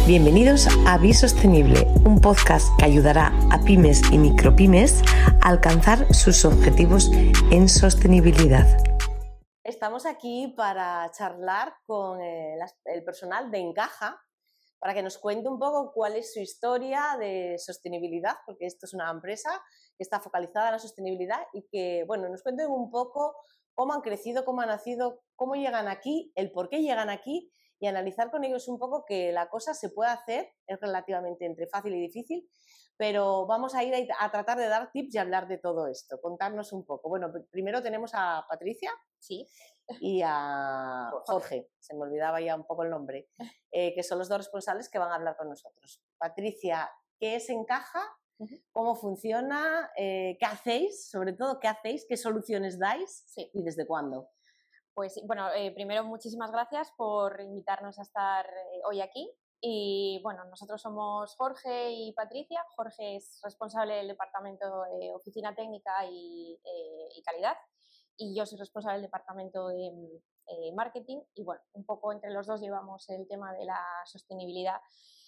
Bienvenidos a Bisostenible, un podcast que ayudará a pymes y micropymes a alcanzar sus objetivos en sostenibilidad. Estamos aquí para charlar con el personal de Encaja para que nos cuente un poco cuál es su historia de sostenibilidad, porque esto es una empresa que está focalizada en la sostenibilidad y que, bueno, nos cuenten un poco cómo han crecido, cómo han nacido, cómo llegan aquí, el por qué llegan aquí y analizar con ellos un poco que la cosa se puede hacer, es relativamente entre fácil y difícil, pero vamos a ir a tratar de dar tips y hablar de todo esto, contarnos un poco. Bueno, primero tenemos a Patricia. Sí. Y a Jorge, se me olvidaba ya un poco el nombre, que son los dos responsables que van a hablar con nosotros. Patricia, ¿qué es Encaja? ¿Cómo funciona? ¿Qué hacéis? Sobre todo, ¿qué hacéis? ¿Qué soluciones dais? Sí. ¿Y desde cuándo? Pues bueno, primero muchísimas gracias por invitarnos a estar hoy aquí. Y bueno, nosotros somos Jorge y Patricia. Jorge es responsable del departamento de oficina técnica y calidad, y yo soy responsable del departamento de marketing, y bueno, un poco entre los dos llevamos el tema de la sostenibilidad.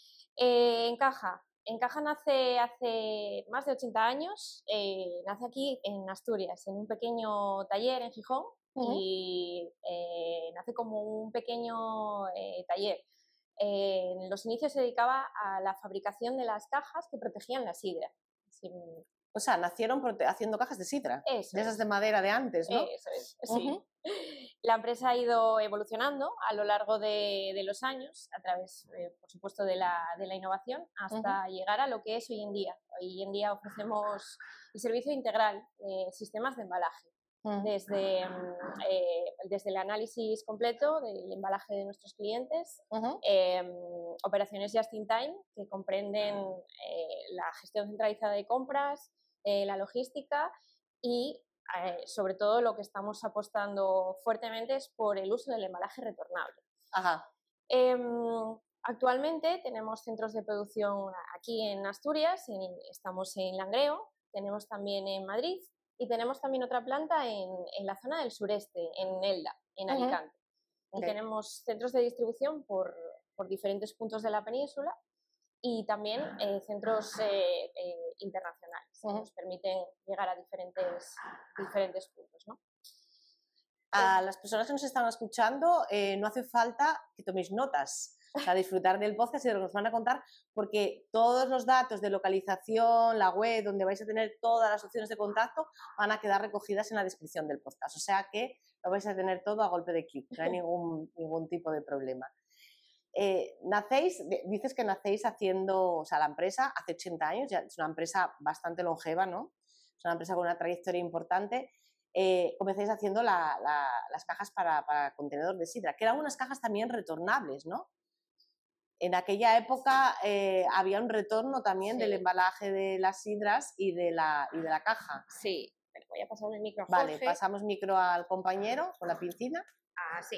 Encaja nace hace más de 80 años, nace aquí en Asturias, en un pequeño taller en Gijón. Y nace como un pequeño taller. En los inicios se dedicaba a la fabricación de las cajas que protegían la sidra. O sea, nacieron haciendo cajas de sidra, Eso de esas de madera de antes, ¿no? Eso es, sí. La empresa ha ido evolucionando a lo largo de los años, a través, por supuesto, de la innovación, hasta llegar a lo que es hoy en día. Hoy en día ofrecemos el servicio integral de sistemas de embalaje. Desde el análisis completo del embalaje de nuestros clientes, operaciones just in time, que comprenden la gestión centralizada de compras, la logística y sobre todo lo que estamos apostando fuertemente es por el uso del embalaje retornable. Actualmente tenemos centros de producción aquí en Asturias, estamos en Langreo, tenemos también en Madrid y tenemos también otra planta en la zona del sureste, en Elda, en Alicante. Y tenemos centros de distribución por diferentes puntos de la península y también centros internacionales que nos permiten llegar a diferentes puntos, ¿no? A las personas que nos están escuchando no hace falta que toméis notas, o sea, disfrutar del podcast y de lo que nos van a contar, porque todos los datos de localización, la web, donde vais a tener todas las opciones de contacto, van a quedar recogidas en la descripción del podcast, o sea que lo vais a tener todo a golpe de clic, no hay ningún tipo de problema. Dices que nacéis haciendo, o sea, la empresa hace 80 años, ya es una empresa bastante longeva, ¿no? Es una empresa con una trayectoria importante. Comenzáis haciendo las cajas para contenedor de sidra, que eran unas cajas también retornables, ¿no? En aquella época había un retorno también del embalaje de las sidras y de la caja. Sí, voy a pasar el micro a Jorge. Vale, pasamos micro al compañero con la pincina. Sí.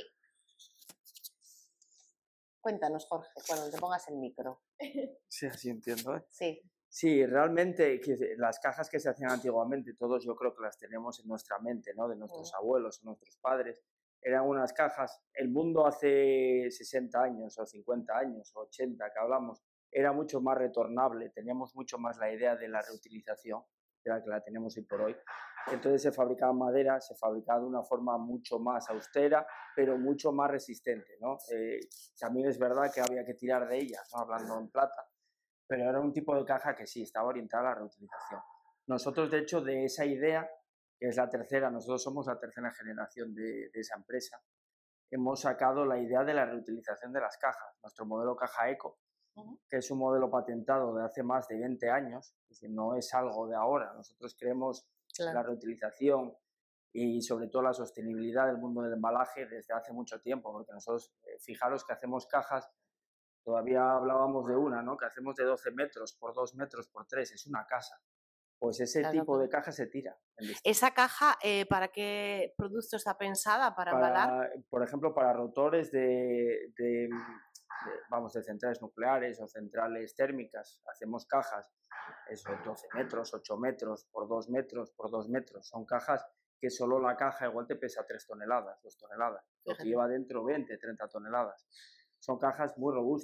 Cuéntanos, Jorge, cuando te pongas el micro. Sí, así entiendo, ¿eh? Sí. Sí, realmente las cajas que se hacían antiguamente, todos yo creo que las tenemos en nuestra mente, ¿no? De nuestros abuelos o nuestros padres. Eran unas cajas, el mundo hace 60 años o 50 años o 80 que hablamos, era mucho más retornable, teníamos mucho más la idea de la reutilización, de la que la tenemos hoy por hoy. Entonces se fabricaba madera, se fabricaba de una forma mucho más austera, pero mucho más resistente, ¿no? También es verdad que había que tirar de ella, ¿no? Hablando en plata, pero era un tipo de caja que sí, estaba orientada a la reutilización. Nosotros, de hecho, de esa idea, que es la tercera, nosotros somos la tercera generación de esa empresa, hemos sacado la idea de la reutilización de las cajas, nuestro modelo Caja Eco, que es un modelo patentado de hace más de 20 años, es decir, no es algo de ahora. Nosotros creemos la reutilización y sobre todo la sostenibilidad del mundo del embalaje desde hace mucho tiempo, porque nosotros, fijaros que hacemos cajas. Todavía hablábamos de una, ¿no? Que hacemos de 12 metros por 2 metros por 3, es una casa. Pues ese tipo de caja se tira. ¿Esa caja para qué producto está pensada? ¿Para embalar? Por ejemplo, para rotores de centrales nucleares o centrales térmicas. Hacemos cajas, eso, 12 metros, 8 metros por 2 metros por 2 metros. Son cajas que solo la caja igual te pesa 3 toneladas, 2 toneladas. Lo que lleva dentro 20, 30 toneladas. Son cajas muy robustas.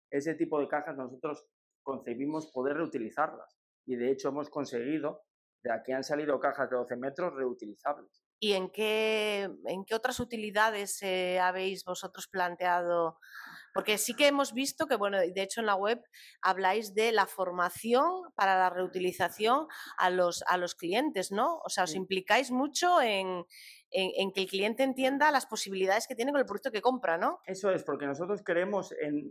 ese tipo de cajas nosotros concebimos poder reutilizarlas y de hecho hemos conseguido, de aquí han salido cajas de 12 metros reutilizables. ¿Y en qué otras utilidades habéis vosotros planteado? Porque sí que hemos visto que, bueno, de hecho en la web habláis de la formación para la reutilización a los clientes, ¿no? O sea, os implicáis mucho en que el cliente entienda las posibilidades que tiene con el producto que compra, ¿no? Eso es, porque nosotros queremos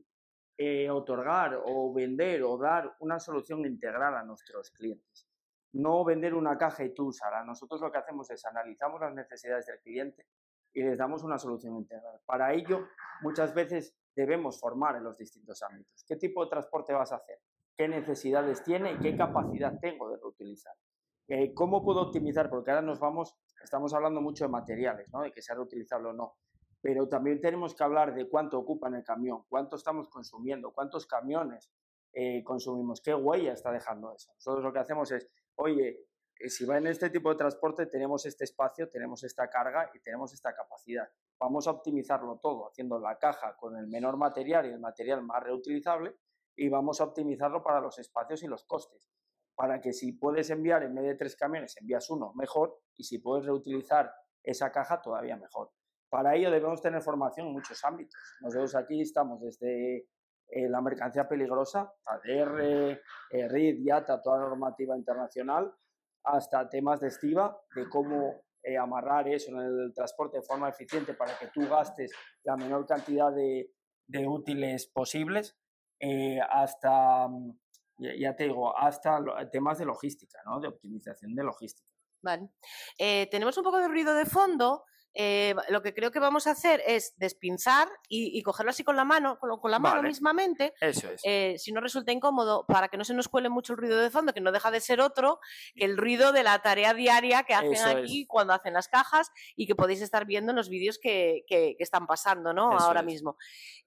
otorgar o vender o dar una solución integral a nuestros clientes. No vender una caja y tú usarás. Nosotros lo que hacemos es analizamos las necesidades del cliente y les damos una solución integral. Para ello, muchas veces debemos formar en los distintos ámbitos. ¿Qué tipo de transporte vas a hacer? ¿Qué necesidades tiene y qué capacidad tengo de reutilizar? ¿Cómo puedo optimizar? Porque ahora estamos hablando mucho de materiales, ¿no? De que sea reutilizable o no. Pero también tenemos que hablar de cuánto ocupa en el camión, cuánto estamos consumiendo, cuántos camiones consumimos, qué huella está dejando eso. Nosotros lo que hacemos es, oye, si va en este tipo de transporte tenemos este espacio, tenemos esta carga y tenemos esta capacidad. Vamos a optimizarlo todo, haciendo la caja con el menor material y el material más reutilizable y vamos a optimizarlo para los espacios y los costes. Para que si puedes enviar en vez de 3 camiones, envías uno, mejor, y si puedes reutilizar esa caja, todavía mejor. Para ello debemos tener formación en muchos ámbitos. Nosotros aquí estamos desde la mercancía peligrosa, ADR, RID, IATA, toda la normativa internacional, hasta temas de estiba, de cómo amarrar eso en el transporte de forma eficiente para que tú gastes la menor cantidad de útiles posibles, hasta, ya te digo, hasta temas de logística, ¿no? De optimización de logística. Vale. Tenemos un poco de ruido de fondo. Lo que creo que vamos a hacer es despinzar y cogerlo así con la mano, mano mismamente. Eso es. Si no resulta incómodo, para que no se nos cuele mucho el ruido de fondo, que no deja de ser otro que el ruido de la tarea diaria que hacen Eso aquí es. cuando hacen las cajas y que podéis estar viendo en los vídeos que están pasando, ¿no? Eso Ahora es. mismo.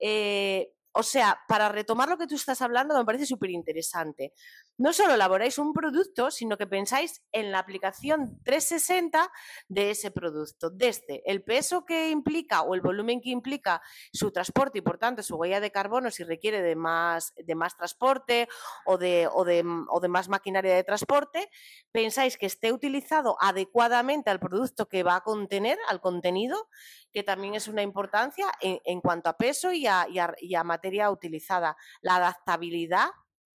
O sea, para retomar lo que tú estás hablando, me parece súper interesante. No solo elaboráis un producto, sino que pensáis en la aplicación 360 de ese producto, desde el peso que implica o el volumen que implica su transporte y, por tanto, su huella de carbono si requiere de más transporte o de más maquinaria de transporte, pensáis que esté utilizado adecuadamente al producto que va a contener, al contenido, que también es una importancia en cuanto a peso y a materia utilizada. La adaptabilidad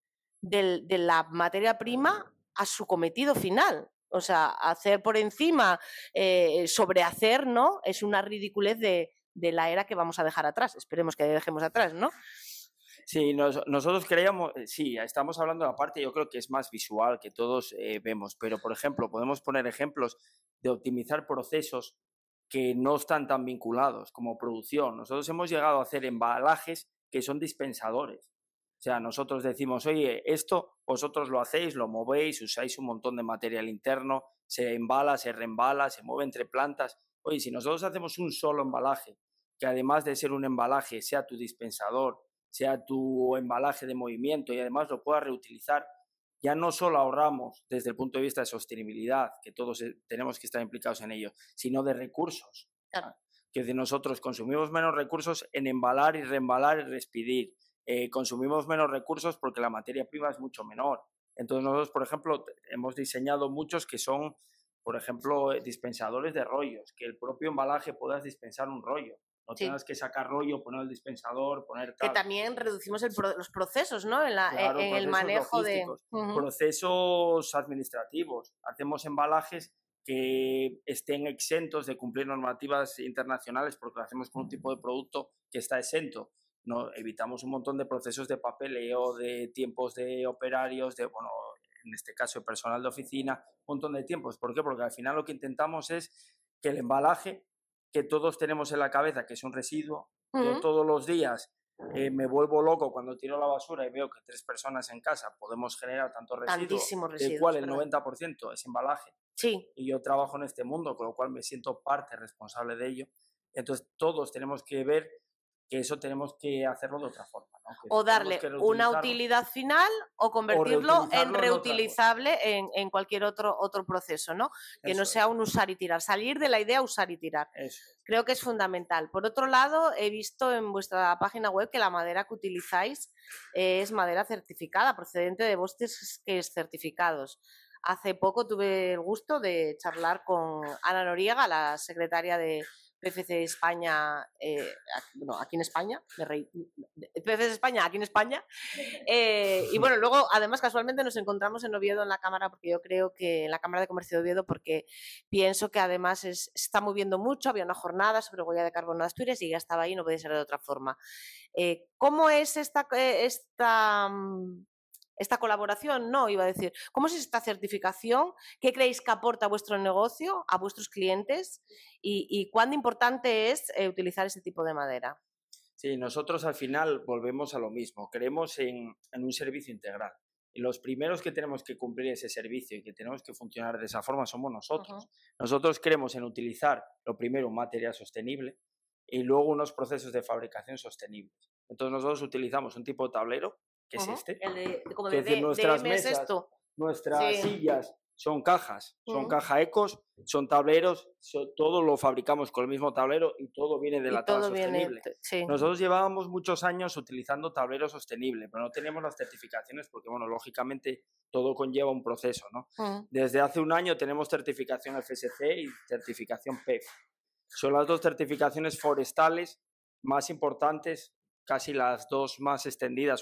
de la materia prima a su cometido final. O sea, hacer por encima, sobrehacer, ¿no? Es una ridiculez de la era que vamos a dejar atrás. Esperemos que dejemos atrás, ¿no? Sí, nosotros creíamos, sí, estamos hablando de la parte, yo creo que es más visual, que todos vemos, pero por ejemplo, podemos poner ejemplos de optimizar procesos que no están tan vinculados como producción. Nosotros hemos llegado a hacer embalajes que son dispensadores. O sea, nosotros decimos, oye, esto vosotros lo hacéis, lo movéis, usáis un montón de material interno, se embala, se reembala, se mueve entre plantas. Oye, si nosotros hacemos un solo embalaje, que además de ser un embalaje sea tu dispensador, sea tu embalaje de movimiento y además lo puedas reutilizar, ya no solo ahorramos desde el punto de vista de sostenibilidad, que todos tenemos que estar implicados en ello, sino de recursos. Claro. Que nosotros consumimos menos recursos en embalar y reembalar y reexpedir. Consumimos menos recursos porque la materia prima es mucho menor. Entonces nosotros, por ejemplo, hemos diseñado muchos que son, por ejemplo, dispensadores de rollos, que el propio embalaje puedas dispensar un rollo. No Sí. tengas que sacar rollo, poner el dispensador, poner tal. Que también reducimos los procesos, ¿no? Claro, en el manejo logísticos, de... procesos administrativos. Hacemos embalajes que estén exentos de cumplir normativas internacionales porque lo hacemos con un tipo de producto que está exento. No, evitamos un montón de procesos de papeleo, de tiempos de operarios, de, bueno, en este caso de personal de oficina, un montón de tiempos. ¿Por qué? Porque al final lo que intentamos es que el embalaje que todos tenemos en la cabeza, que es un residuo, yo todos los días me vuelvo loco cuando tiro la basura y veo que 3 personas en casa podemos generar tantos residuos, del cual el 90% es embalaje. Sí. Y yo trabajo en este mundo, con lo cual me siento parte responsable de ello. Entonces todos tenemos que ver que eso tenemos que hacerlo de otra forma, ¿no? Que O darle una utilidad final o convertirlo en reutilizable en cualquier otro proceso, ¿no? Que no sea un usar y tirar, salir de la idea usar y tirar. Creo que es fundamental. Por otro lado, he visto en vuestra página web que la madera que utilizáis es madera certificada, procedente de bosques certificados. Hace poco tuve el gusto de charlar con Ana Noriega, la secretaria de PFC España, bueno, aquí en España, PFC España, aquí en España, y bueno, luego además casualmente nos encontramos en Oviedo en la Cámara, porque yo creo que en la Cámara de Comercio de Oviedo, porque pienso que además se está moviendo mucho, había una jornada sobre huella de carbono de Asturias y ya estaba ahí, no puede ser de otra forma. ¿Cómo es esta colaboración? No, iba a decir, ¿cómo es esta certificación? ¿Qué creéis que aporta a vuestro negocio, a vuestros clientes? ¿Y cuán importante es utilizar ese tipo de madera? Sí, nosotros al final volvemos a lo mismo, creemos en un servicio integral. Y los primeros que tenemos que cumplir ese servicio y que tenemos que funcionar de esa forma somos nosotros. Nosotros creemos en utilizar, lo primero, un material sostenible y luego unos procesos de fabricación sostenibles. Entonces nosotros utilizamos un tipo de tablero, que es este. Como es decir, nuestras mesas, nuestras sillas son cajas, son caja ecos, son tableros, todo lo fabricamos con el mismo tablero y todo viene de la tala sostenible. Nosotros llevábamos muchos años utilizando tablero sostenible, pero no teníamos las certificaciones porque, bueno, lógicamente todo conlleva un proceso, ¿no? Desde hace un año tenemos certificación FSC y certificación PEF. Son las dos certificaciones forestales más importantes, casi las dos más extendidas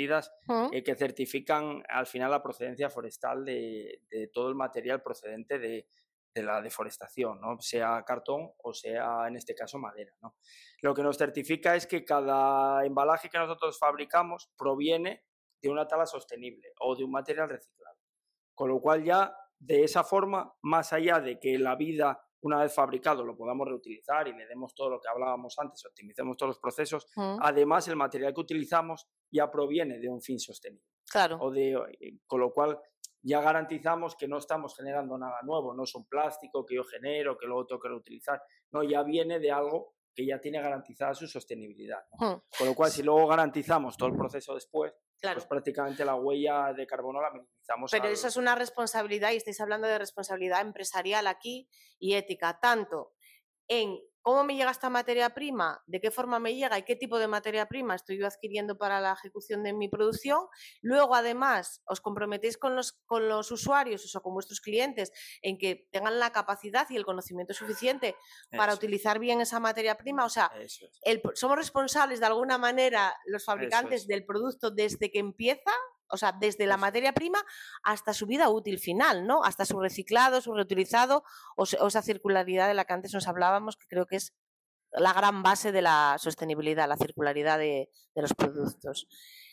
que certifican al final la procedencia forestal de todo el material procedente de la deforestación, ¿no? Sea cartón o sea, en este caso, madera, ¿no? Lo que nos certifica es que cada embalaje que nosotros fabricamos proviene de una tala sostenible o de un material reciclado. Con lo cual ya, de esa forma, más allá de que la vida, una vez fabricado, lo podamos reutilizar y le demos todo lo que hablábamos antes, optimicemos todos los procesos, además el material que utilizamos ya proviene de un fin sostenible. Claro. Con lo cual ya garantizamos que no estamos generando nada nuevo, no es un plástico que yo genero, que luego tengo que reutilizar, no, ya viene de algo que ya tiene garantizada su sostenibilidad, ¿no? Con lo cual, si luego garantizamos todo el proceso después, pues prácticamente la huella de carbono la minimizamos. Pero eso es una responsabilidad, y estáis hablando de responsabilidad empresarial aquí y ética, tanto en cómo me llega esta materia prima, de qué forma me llega y qué tipo de materia prima estoy yo adquiriendo para la ejecución de mi producción. Luego, además, os comprometéis con los usuarios o con vuestros clientes en que tengan la capacidad y el conocimiento suficiente para utilizar bien esa materia prima. O sea, somos responsables de alguna manera los fabricantes del producto desde que empieza, o sea, desde la materia prima hasta su vida útil final, ¿no? Hasta su reciclado, su reutilizado o esa circularidad de la que antes nos hablábamos, que creo que es la gran base de la sostenibilidad, la circularidad de los productos.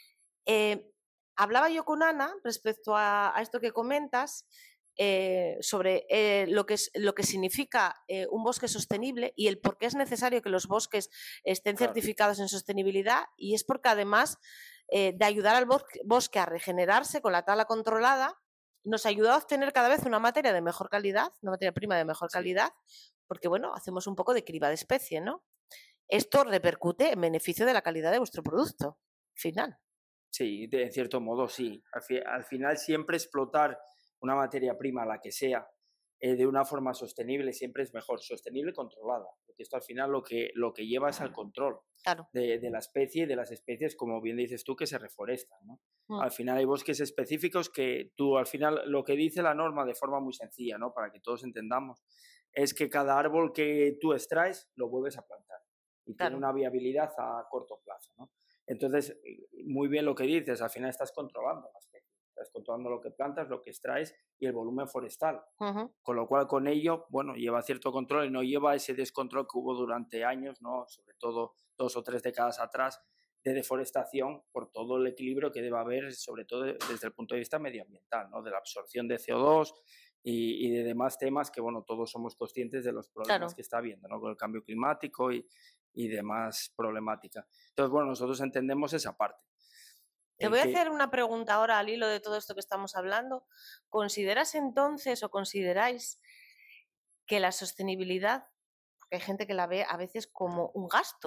Hablaba yo con Ana respecto a esto que comentas, sobre lo que significa un bosque sostenible y el por qué es necesario que los bosques estén certificados en sostenibilidad, y es porque además de ayudar al bosque a regenerarse con la tala controlada, nos ayuda a obtener cada vez una materia de mejor calidad, una materia prima de mejor calidad, porque bueno, hacemos un poco de criba de especie, ¿no? Esto repercute en beneficio de la calidad de vuestro producto final. Sí, de cierto modo sí. Al final siempre explotar una materia prima, la que sea, de una forma sostenible siempre es mejor, sostenible y controlada, porque esto al final lo que lleva es al control de la especie y de las especies, como bien dices tú, que se reforestan, ¿no? Al final hay bosques específicos que tú, al final, lo que dice la norma de forma muy sencilla, ¿no? Para que todos entendamos, es que cada árbol que tú extraes lo vuelves a plantar y tiene una viabilidad a corto plazo, ¿no? Entonces, muy bien lo que dices, al final estás controlando la especie. Estás controlando lo que plantas, lo que extraes y el volumen forestal. Con lo cual, con ello, bueno, lleva cierto control y no lleva ese descontrol que hubo durante años, ¿no? Sobre todo 2 o 3 décadas atrás, de deforestación, por todo el equilibrio que debe haber, sobre todo desde el punto de vista medioambiental, ¿no? De la absorción de CO2 y de demás temas que, bueno, todos somos conscientes de los problemas que está habiendo, ¿no? Con el cambio climático y demás problemática. Entonces, bueno, nosotros entendemos esa parte. Te voy a hacer una pregunta ahora al hilo de todo esto que estamos hablando. ¿Consideras entonces o consideráis que la sostenibilidad, porque hay gente que la ve a veces como un gasto, ¿no?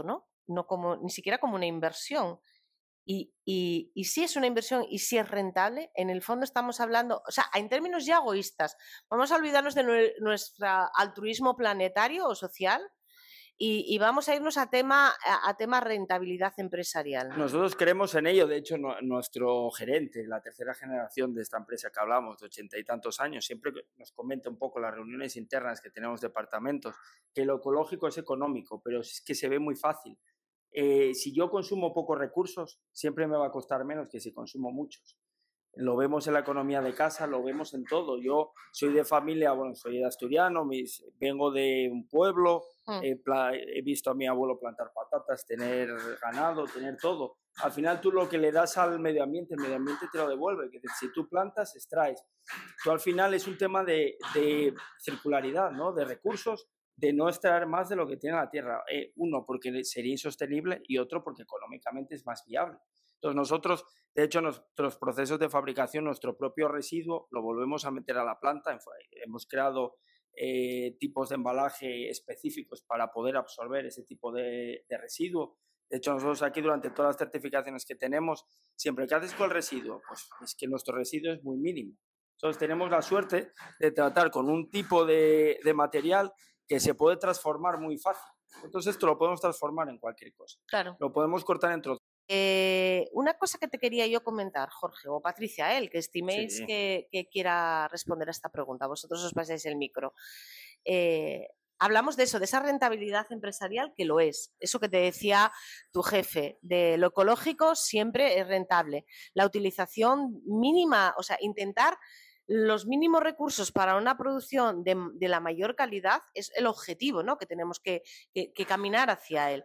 no como, ni siquiera como una inversión. Y si es una inversión y si es rentable, en el fondo estamos hablando, o sea, en términos ya egoístas, vamos a olvidarnos de nuestro altruismo planetario o social y vamos a irnos a tema rentabilidad empresarial. Nosotros creemos en ello. De hecho, nuestro gerente, la tercera generación de esta empresa que hablamos, de 80 y tantos años, siempre nos comenta un poco en las reuniones internas que tenemos departamentos, que lo ecológico es económico, pero es que se ve muy fácil. Si yo consumo pocos recursos, siempre me va a costar menos que si consumo muchos. Lo vemos en la economía de casa, lo vemos en todo. Yo soy de familia, bueno, soy de asturiano, vengo de un pueblo, he visto a mi abuelo plantar patatas, tener ganado, tener todo. Al final tú lo que le das al medio ambiente, el medio ambiente te lo devuelve. Que si tú plantas, extraes. Tú al final es un tema de circularidad, ¿no? De recursos, de no extraer más de lo que tiene la tierra. Uno, porque sería insostenible, y otro, porque económicamente es más viable. Entonces nosotros, de hecho, nuestros procesos de fabricación, nuestro propio residuo, lo volvemos a meter a la planta. Hemos creado tipos de embalaje específicos para poder absorber ese tipo de residuo. De hecho, nosotros aquí, durante todas las certificaciones que tenemos, siempre, ¿qué haces con el residuo? Pues es que nuestro residuo es muy mínimo. Entonces tenemos la suerte de tratar con un tipo de material que se puede transformar muy fácil. Entonces esto lo podemos transformar en cualquier cosa. Claro. Lo podemos cortar en trozos. Una cosa que te quería yo comentar, Jorge, o Patricia, el que estiméis Sí. que quiera responder a esta pregunta, vosotros os pasáis el micro. Hablamos de eso, de esa rentabilidad empresarial, que lo es. Eso que te decía tu jefe, de lo ecológico siempre es rentable. La utilización mínima, o sea, intentar los mínimos recursos para una producción de la mayor calidad es el objetivo, ¿no? Que tenemos que caminar hacia él.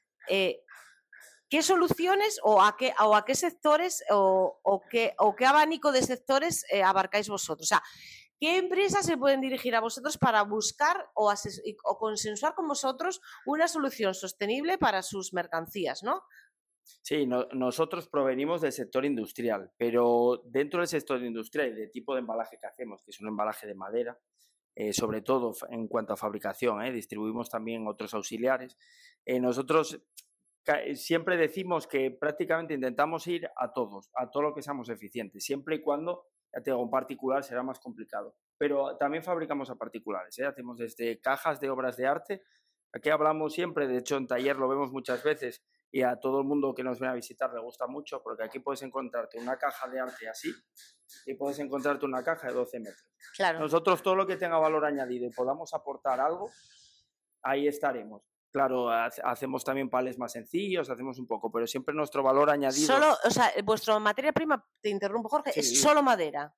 ¿Qué soluciones o a qué sectores o qué abanico de sectores abarcáis vosotros? O sea, ¿qué empresas se pueden dirigir a vosotros para buscar o consensuar con vosotros una solución sostenible para sus mercancías, ¿no? Sí, nosotros provenimos del sector industrial, pero dentro del sector industrial, del tipo de embalaje que hacemos, que es un embalaje de madera, sobre todo en cuanto a fabricación, distribuimos también otros auxiliares. Nosotros siempre decimos que prácticamente intentamos ir a todo lo que seamos eficientes, siempre y cuando, ya te digo, un particular será más complicado, pero también fabricamos a particulares, hacemos desde cajas de obras de arte. Aquí hablamos siempre, de hecho en taller lo vemos muchas veces, y a todo el mundo que nos viene a visitar le gusta mucho, porque aquí puedes encontrarte una caja de arte así y puedes encontrarte una caja de 12 metros. Claro. Nosotros, todo lo que tenga valor añadido y podamos aportar algo, ahí estaremos. Claro, hacemos también palés más sencillos, hacemos un poco, pero siempre nuestro valor añadido... Solo, o sea, vuestra materia prima, te interrumpo, Jorge, Sí. es solo madera.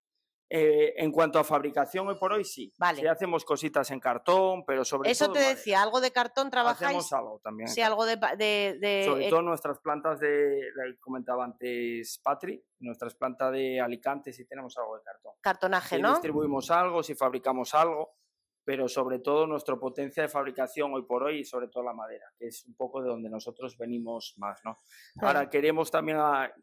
En cuanto a fabricación, hoy por hoy sí. Vale. Sí hacemos cositas en cartón, pero sobre eso todo... Eso te decía, algo de cartón trabajáis. Hacemos algo también. Sí, algo de sobre todo nuestras plantas comentaba antes Patri, nuestras plantas de Alicante sí tenemos algo de cartón. Cartonaje, sí, ¿no? Distribuimos algo, sí fabricamos algo, pero sobre todo nuestra potencia de fabricación hoy por hoy, y sobre todo la madera, que es un poco de donde nosotros venimos más, ¿no? Ahora queremos también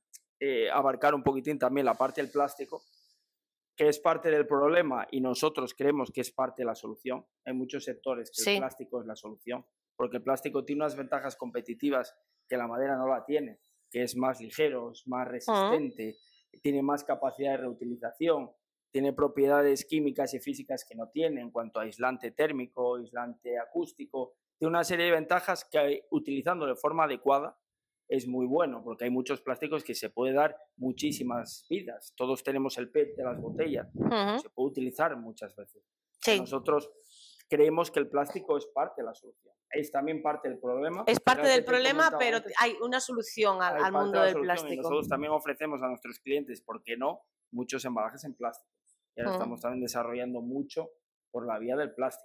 abarcar un poquitín también la parte del plástico, que es parte del problema y nosotros creemos que es parte de la solución. Hay muchos sectores que el plástico es la solución, porque el plástico tiene unas ventajas competitivas que la madera no la tiene, que es más ligero, es más resistente, tiene más capacidad de reutilización, tiene propiedades químicas y físicas que no tiene en cuanto a aislante térmico, aislante acústico. Tiene una serie de ventajas que, utilizando de forma adecuada, es muy bueno, porque hay muchos plásticos que se puede dar muchísimas vidas. Todos tenemos el PET de las botellas, se puede utilizar muchas veces. Sí. Nosotros creemos que el plástico es parte de la solución. Es también parte del problema. Es parte del problema, pero hay una solución al mundo del plástico. Y nosotros también ofrecemos a nuestros clientes, ¿por qué no?, muchos embalajes en plástico. Y ahora estamos también desarrollando mucho por la vía del plástico.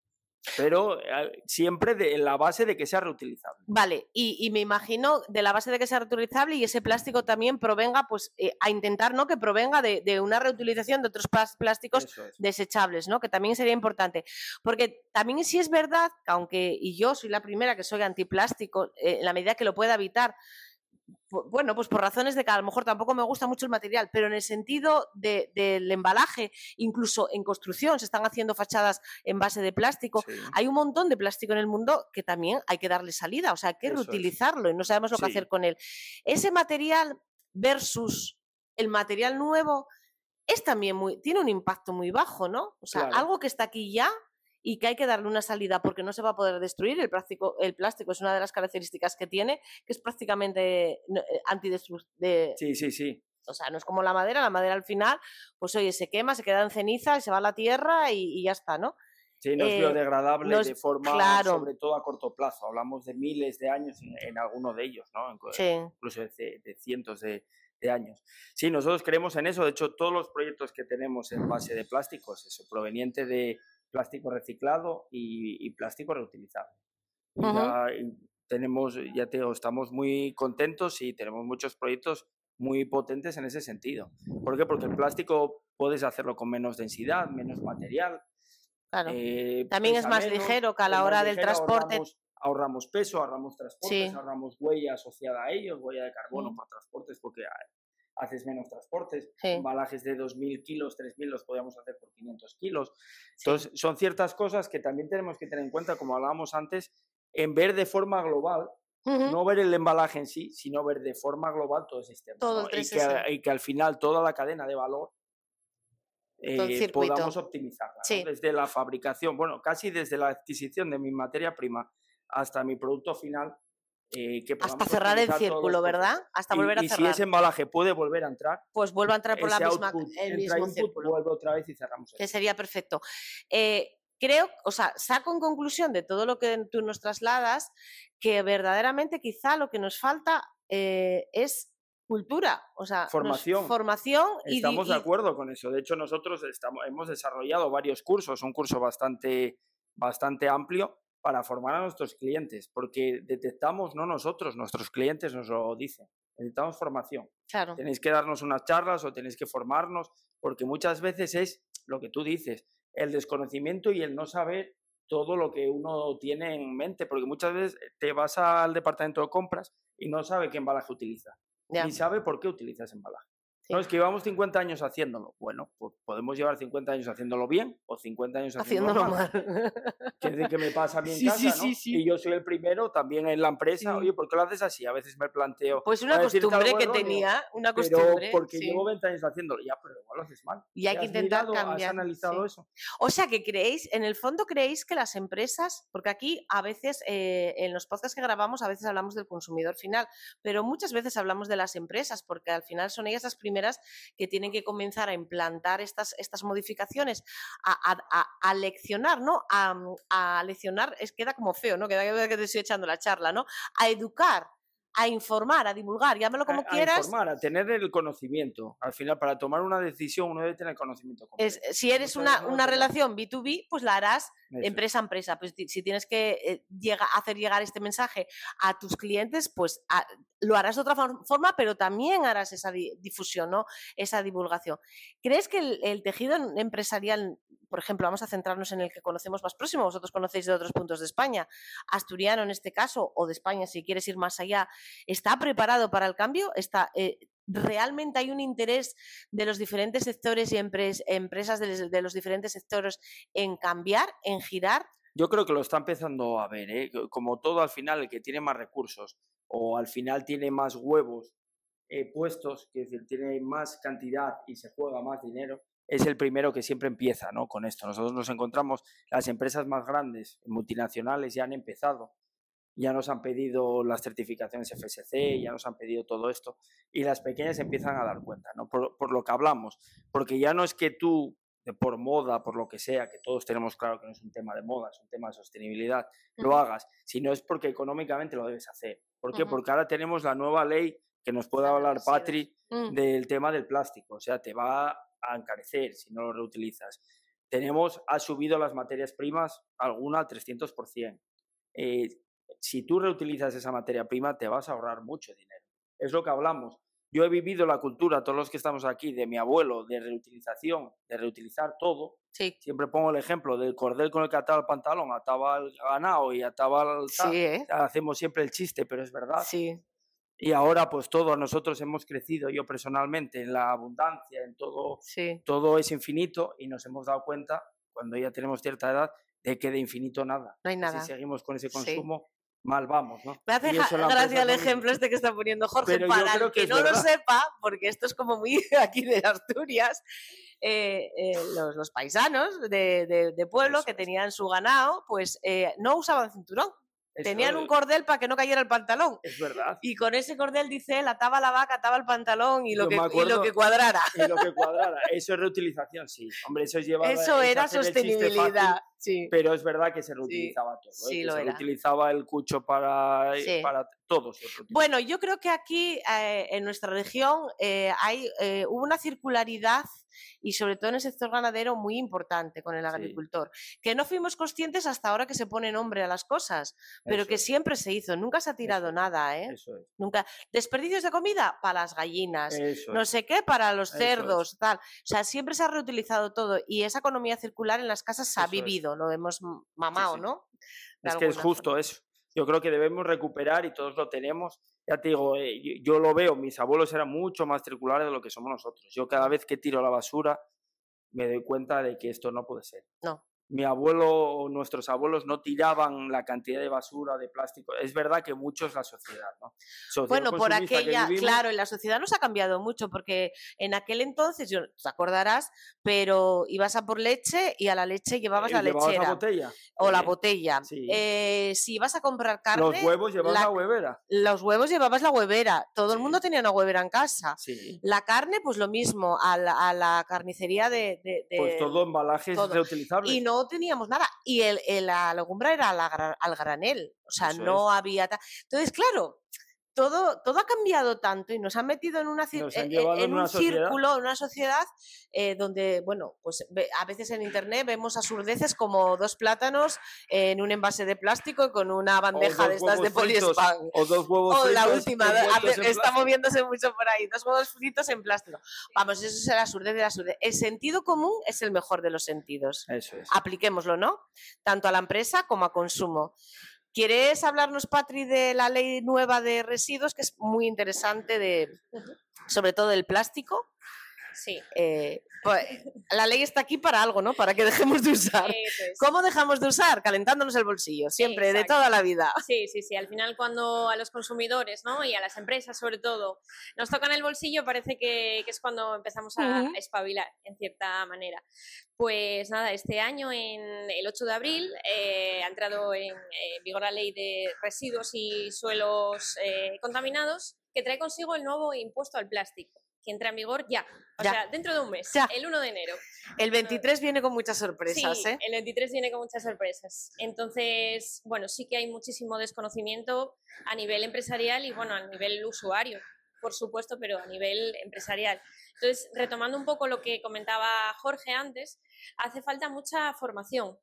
Pero siempre en la base de que sea reutilizable. Vale, y me imagino de la base de que sea reutilizable y ese plástico también provenga, pues a intentar, ¿no?, que provenga de una reutilización de otros plásticos desechables, ¿no?, que también sería importante. Porque también sí es verdad, aunque, y yo soy la primera que soy antiplástico, en la medida que lo pueda evitar, bueno, pues por razones de que a lo mejor tampoco me gusta mucho el material, pero en el sentido del embalaje, incluso en construcción, se están haciendo fachadas en base de plástico. Sí. Hay un montón de plástico en el mundo que también hay que darle salida, o sea, hay que reutilizarlo y no sabemos lo que hacer con él. Ese material versus el material nuevo es también tiene un impacto muy bajo, ¿no? O sea, algo que está aquí ya y que hay que darle una salida porque no se va a poder destruir. El plástico es una de las características que tiene, que es prácticamente antidestructivo. Sí. O sea, no es como la madera al final, pues oye, se quema, se queda en ceniza y se va a la tierra y ya está, ¿no? Sí, no es biodegradable de forma, claro, sobre todo a corto plazo. Hablamos de miles de años en alguno de ellos, ¿no? Incluso de cientos de años. Sí, nosotros creemos en eso. De hecho, todos los proyectos que tenemos en base de plásticos, eso, proveniente de plástico reciclado y plástico reutilizado. Y tenemos, ya te digo, estamos muy contentos y tenemos muchos proyectos muy potentes en ese sentido. ¿Por qué? Porque el plástico puedes hacerlo con menos densidad, menos material. Claro. También es más ligero que a la hora del transporte. Ahorramos peso, ahorramos transportes, ahorramos huella asociada a ellos, huella de carbono por transportes, porque haces menos transportes. Embalajes de 2.000 kilos, 3.000 los podíamos hacer por 500 kilos. Entonces, son ciertas cosas que también tenemos que tener en cuenta, como hablábamos antes, en ver de forma global, no ver el embalaje en sí, sino ver de forma global todo el sistema. Todo y que al final toda la cadena de valor podamos optimizarla, ¿no? Desde la fabricación, bueno, casi desde la adquisición de mi materia prima hasta mi producto final. Hasta cerrar el círculo, ¿verdad? Hasta volver a cerrar. Y si ese embalaje puede volver a entrar, pues vuelve a entrar por el mismo círculo. Vuelve otra vez y cerramos. Que sería perfecto. Creo, o sea, saco en conclusión de todo lo que tú nos trasladas, que verdaderamente quizá lo que nos falta es cultura, o sea, formación. Estamos de acuerdo con eso. De hecho, nosotros hemos desarrollado varios cursos, un curso bastante amplio para formar a nuestros clientes, porque detectamos, no nosotros, nuestros clientes nos lo dicen, necesitamos formación. Claro. Tenéis que darnos unas charlas o tenéis que formarnos, porque muchas veces es lo que tú dices, el desconocimiento y el no saber todo lo que uno tiene en mente, porque muchas veces te vas al departamento de compras y no sabe qué embalaje utiliza, ni sabe por qué utiliza ese embalaje. No, es que llevamos 50 años haciéndolo. Bueno, pues podemos llevar 50 años haciéndolo bien o 50 años haciéndolo mal. Que es de que me pasa a mí en casa, ¿no? Y yo soy el primero también en la empresa. Oye, ¿por qué lo haces así? A veces me planteo... Pues una costumbre que tenía, una costumbre. Pero porque llevo 20 años haciéndolo. Ya, pero igual lo haces mal. Y hay que intentar cambiar. ¿Has analizado eso? O sea, que creéis, en el fondo creéis que las empresas, porque aquí a veces en los podcasts que grabamos a veces hablamos del consumidor final, pero muchas veces hablamos de las empresas, porque al final son ellas las primeras que tienen que comenzar a implantar estas modificaciones, a leccionar, ¿no? A leccionar, queda como feo, ¿no? Queda que te estoy echando la charla, ¿no? A educar, a informar, a divulgar, llámalo como quieras. A informar, a tener el conocimiento. Al final, para tomar una decisión, uno debe tener conocimiento. Si eres una relación B2B, pues la harás empresa a empresa. Pues si tienes que hacer llegar este mensaje a tus clientes, pues lo harás de otra forma, pero también harás esa difusión, ¿no? Esa divulgación. ¿Crees que el tejido empresarial, por ejemplo, vamos a centrarnos en el que conocemos más próximo, vosotros conocéis de otros puntos de España, asturiano en este caso, o de España si quieres ir más allá, está preparado para el cambio? ¿Realmente hay un interés de los diferentes sectores y empresas de los diferentes sectores en cambiar, en girar? Yo creo que lo está empezando a ver, ¿eh? Como todo al final, el que tiene más recursos o al final tiene más huevos puestos, que es decir, tiene más cantidad y se juega más dinero, es el primero que siempre empieza, ¿no? Con esto. Nosotros nos encontramos, las empresas más grandes, multinacionales, ya han empezado, ya nos han pedido las certificaciones FSC, ya nos han pedido todo esto, y las pequeñas empiezan a dar cuenta, ¿no? Por lo que hablamos, porque ya no es que tú, por moda, por lo que sea, que todos tenemos claro que no es un tema de moda, es un tema de sostenibilidad, lo hagas, sino es porque económicamente lo debes hacer. ¿Por qué? Porque ahora tenemos la nueva ley que nos puede hablar Patri del tema del plástico, o sea, te va a encarecer si no lo reutilizas. Ha subido las materias primas, alguna al 300%. Si tú reutilizas esa materia prima, te vas a ahorrar mucho dinero. Es lo que hablamos. Yo he vivido la cultura, todos los que estamos aquí, de mi abuelo, de reutilización, de reutilizar todo. Sí. Siempre pongo el ejemplo del cordel con el que ataba el pantalón, ataba el ganado y ataba el... Sí, Hacemos siempre el chiste, pero es verdad. Sí. Y ahora pues nosotros hemos crecido, yo personalmente, en la abundancia, en todo, todo es infinito y nos hemos dado cuenta, cuando ya tenemos cierta edad, de que de infinito nada. No hay nada. Si seguimos con ese consumo, mal vamos, ¿no? Me hace gracia el ejemplo que está poniendo Jorge, pero para el que no lo sepa, porque esto es como muy aquí de Asturias, los paisanos de pueblo que tenían su ganado, pues no usaban cinturón. Tenían un cordel para que no cayera el pantalón. Es verdad. Y con ese cordel, dice él, ataba la vaca, ataba el pantalón y lo que cuadrara. Y lo que cuadrara. Eso es reutilización, sí. Hombre, eso era sostenibilidad. Sí. Pero es verdad que se reutilizaba todo. Sí, se reutilizaba el cucho para todo. Bueno, yo creo que aquí en nuestra región hubo una circularidad y sobre todo en el sector ganadero muy importante con el agricultor, que no fuimos conscientes hasta ahora que se pone nombre a las cosas, pero que siempre se hizo, nunca se ha tirado nada, Eso es. Nunca. Desperdicios de comida para las gallinas, no sé qué para los cerdos, tal. O sea, siempre se ha reutilizado todo y esa economía circular en las casas se ha vivido, lo hemos mamado, ¿no? Es que es justo eso. Yo creo que debemos recuperar y todos lo tenemos. Ya te digo, yo lo veo, mis abuelos eran mucho más circulares de lo que somos nosotros. Yo cada vez que tiro la basura me doy cuenta de que esto no puede ser. No. Mi abuelo o nuestros abuelos no tiraban la cantidad de basura, de plástico. Es verdad que mucho es la sociedad, ¿no? Bueno, por aquella, claro, en la sociedad nos ha cambiado mucho porque en aquel entonces, te acordarás, pero ibas a por leche y a la leche llevabas la lechera. La botella. O la botella. Sí. Si ibas a comprar carne... Los huevos llevabas la huevera. Los huevos llevabas la huevera. Todo el mundo tenía una huevera en casa. Sí. La carne, pues lo mismo, a la carnicería Pues todo embalajes reutilizables. Y no teníamos nada. Y la legumbre era al granel. O sea, no había... Entonces, claro... Todo ha cambiado tanto y nos ha metido en un círculo, en una sociedad donde, bueno, pues a veces en internet vemos absurdeces como 2 plátanos en un envase de plástico con una bandeja de estas de poliespan. O 2 huevos fritos. O la última, está moviéndose mucho por ahí, 2 huevos fritos en plástico. Vamos, eso es el absurdez de la absurdez. El sentido común es el mejor de los sentidos. Eso es. Apliquémoslo, ¿no? Tanto a la empresa como a consumo. ¿Quieres hablarnos, Patri, de la ley nueva de residuos, que es muy interesante, sobre todo del plástico? Sí. Pues, la ley está aquí para algo, ¿no? Para que dejemos de usar. ¿Cómo dejamos de usar? Calentándonos el bolsillo, siempre, de toda la vida. Sí. Al final, cuando a los consumidores, ¿no? Y a las empresas, sobre todo, nos tocan el bolsillo, parece que es cuando empezamos a espabilar, en cierta manera. Pues nada, este año, el 8 de abril, ha entrado en vigor la ley de residuos y suelos contaminados, que trae consigo el nuevo impuesto al plástico, que entra en vigor ya, o sea, dentro de un mes, el 1 de enero. El 23 viene con muchas sorpresas, Sí, el 23 viene con muchas sorpresas. Entonces, bueno, sí que hay muchísimo desconocimiento a nivel empresarial y, bueno, a nivel usuario, por supuesto, pero a nivel empresarial. Entonces, retomando un poco lo que comentaba Jorge antes, hace falta mucha formación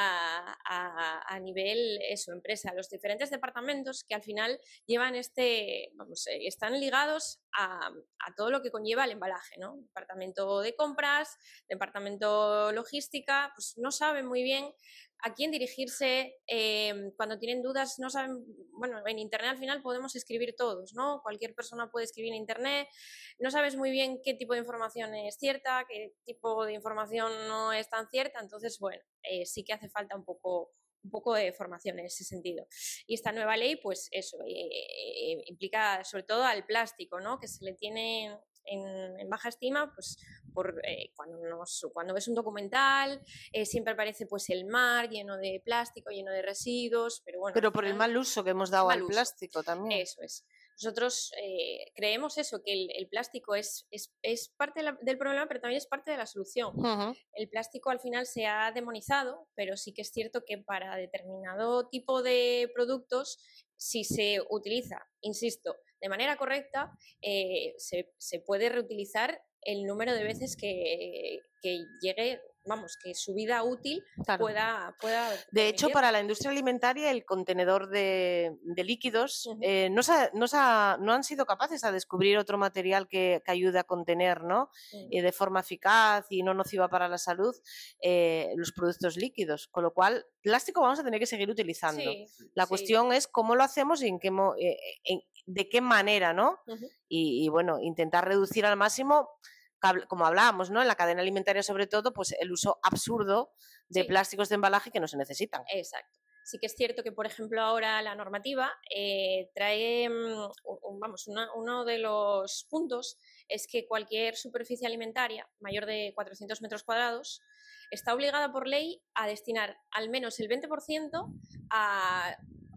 a nivel empresa, los diferentes departamentos que al final llevan están ligados a todo lo que conlleva el embalaje, ¿no? Departamento de compras, departamento logística, pues no saben muy bien a quién dirigirse, cuando tienen dudas no saben, bueno, en internet al final podemos escribir todos, ¿no? Cualquier persona puede escribir en internet, no sabes muy bien qué tipo de información es cierta, qué tipo de información no es tan cierta, entonces, bueno, sí que hace falta un poco de formación en ese sentido. Y esta nueva ley, pues eso, implica sobre todo al plástico, ¿no? Que se le tiene en baja estima, pues cuando ves un documental, siempre aparece pues el mar lleno de plástico, lleno de residuos, pero bueno. Pero por el mal uso que hemos dado al plástico también. Eso es. Nosotros creemos eso, que el plástico es parte del problema, pero también es parte de la solución. El plástico al final se ha demonizado, pero sí que es cierto que para determinado tipo de productos, si se utiliza, insisto, de manera correcta, se puede reutilizar el número de veces que llegue, vamos, que su vida útil pueda de hecho, para la industria alimentaria, el contenedor de líquidos no han sido capaces de descubrir otro material que ayude a contener, ¿no? De forma eficaz y no nociva para la salud los productos líquidos, con lo cual plástico vamos a tener que seguir utilizando. La cuestión es cómo lo hacemos y de qué manera, ¿no? Y bueno, intentar reducir al máximo, como hablábamos, ¿no? En la cadena alimentaria sobre todo, pues el uso absurdo de plásticos de embalaje que no se necesitan. Exacto. Sí que es cierto que, por ejemplo, ahora la normativa trae, uno de los puntos es que cualquier superficie alimentaria mayor de 400 metros cuadrados está obligada por ley a destinar al menos el 20% a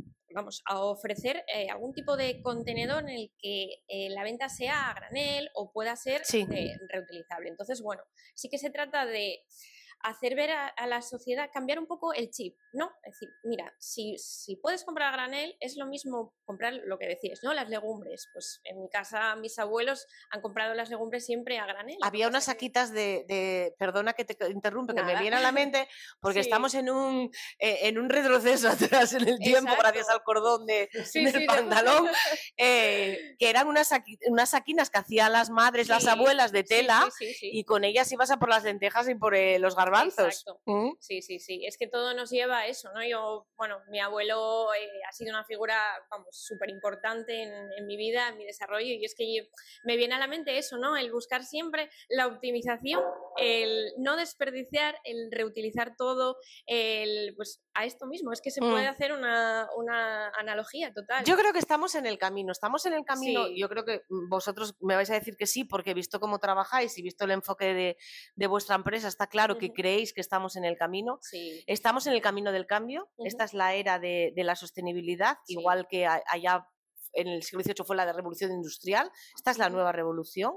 ofrecer algún tipo de contenedor en el que la venta sea a granel o pueda ser reutilizable. Entonces, bueno, sí que se trata de hacer ver a la sociedad, cambiar un poco el chip, ¿no? Es decir, mira, si puedes comprar a granel, es lo mismo comprar lo que decías, ¿no? Las legumbres. Pues en mi casa mis abuelos han comprado las legumbres siempre a granel. Había unas saquitas perdona que te interrumpe, que me viene a la mente, porque estamos en un retroceso atrás en el tiempo, gracias al cordón del pantalón, que eran unas saquinas que hacían las madres, las abuelas de tela, y con ellas ibas a por las lentejas y por los garbanzos. Exacto. Sí. Es que todo nos lleva a eso, ¿no? Mi abuelo ha sido una figura, súper importante en mi vida, en mi desarrollo, y es que me viene a la mente eso, ¿no? El buscar siempre la optimización, el no desperdiciar, el reutilizar todo, pues a esto mismo, es que se puede hacer una analogía total. Yo creo que estamos en el camino, yo creo que vosotros me vais a decir que sí, porque he visto cómo trabajáis y visto el enfoque de vuestra empresa, está claro que creéis que estamos en el camino. Estamos en el camino del cambio. Esta es la era de la sostenibilidad, igual que allá en el siglo XVIII fue la revolución industrial. Esta es la nueva revolución.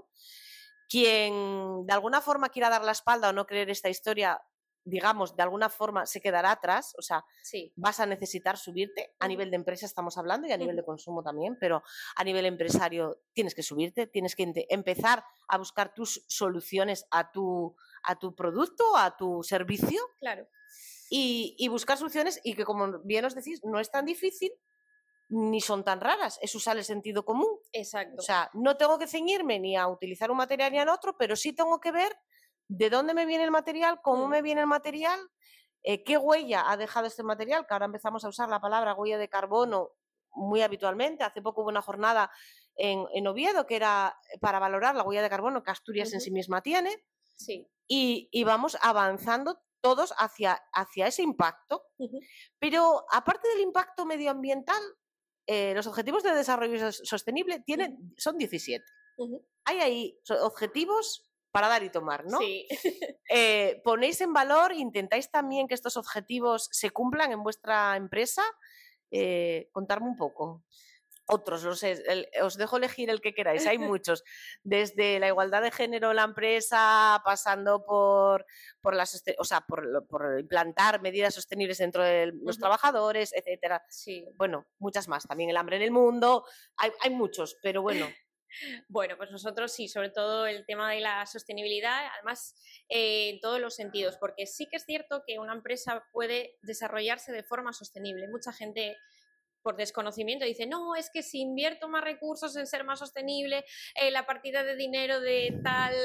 Quien de alguna forma quiera dar la espalda o no creer esta historia, digamos, de alguna forma se quedará atrás, o sea, vas a necesitar subirte. A nivel de empresa estamos hablando y a nivel de consumo también, pero a nivel empresario tienes que subirte, tienes que empezar a buscar tus soluciones a tu producto, a tu servicio. Claro. Y buscar soluciones, y que, como bien os decís, no es tan difícil ni son tan raras, es usar el sentido común. Exacto. O sea, no tengo que ceñirme ni a utilizar un material ni al otro, pero sí tengo que ver de dónde me viene el material, cómo me viene el material, qué huella ha dejado este material, que ahora empezamos a usar la palabra huella de carbono muy habitualmente. Hace poco hubo una jornada en Oviedo que era para valorar la huella de carbono que Asturias en sí misma tiene. Y vamos avanzando todos hacia ese impacto. Pero aparte del impacto medioambiental, los objetivos de desarrollo sostenible son 17. Hay ahí objetivos para dar y tomar, ¿no? Sí. Ponéis en valor, intentáis también que estos objetivos se cumplan en vuestra empresa. Contarme un poco. Otros, no sé, os dejo elegir el que queráis, hay muchos, desde la igualdad de género en la empresa, pasando por implantar medidas sostenibles dentro de los trabajadores, etcétera. Bueno, muchas más, también el hambre en el mundo, hay muchos, pero bueno. Bueno, pues nosotros sí, sobre todo el tema de la sostenibilidad, además en todos los sentidos, porque sí que es cierto que una empresa puede desarrollarse de forma sostenible. Mucha gente, por desconocimiento, dice, no, es que si invierto más recursos en ser más sostenible, la partida de dinero de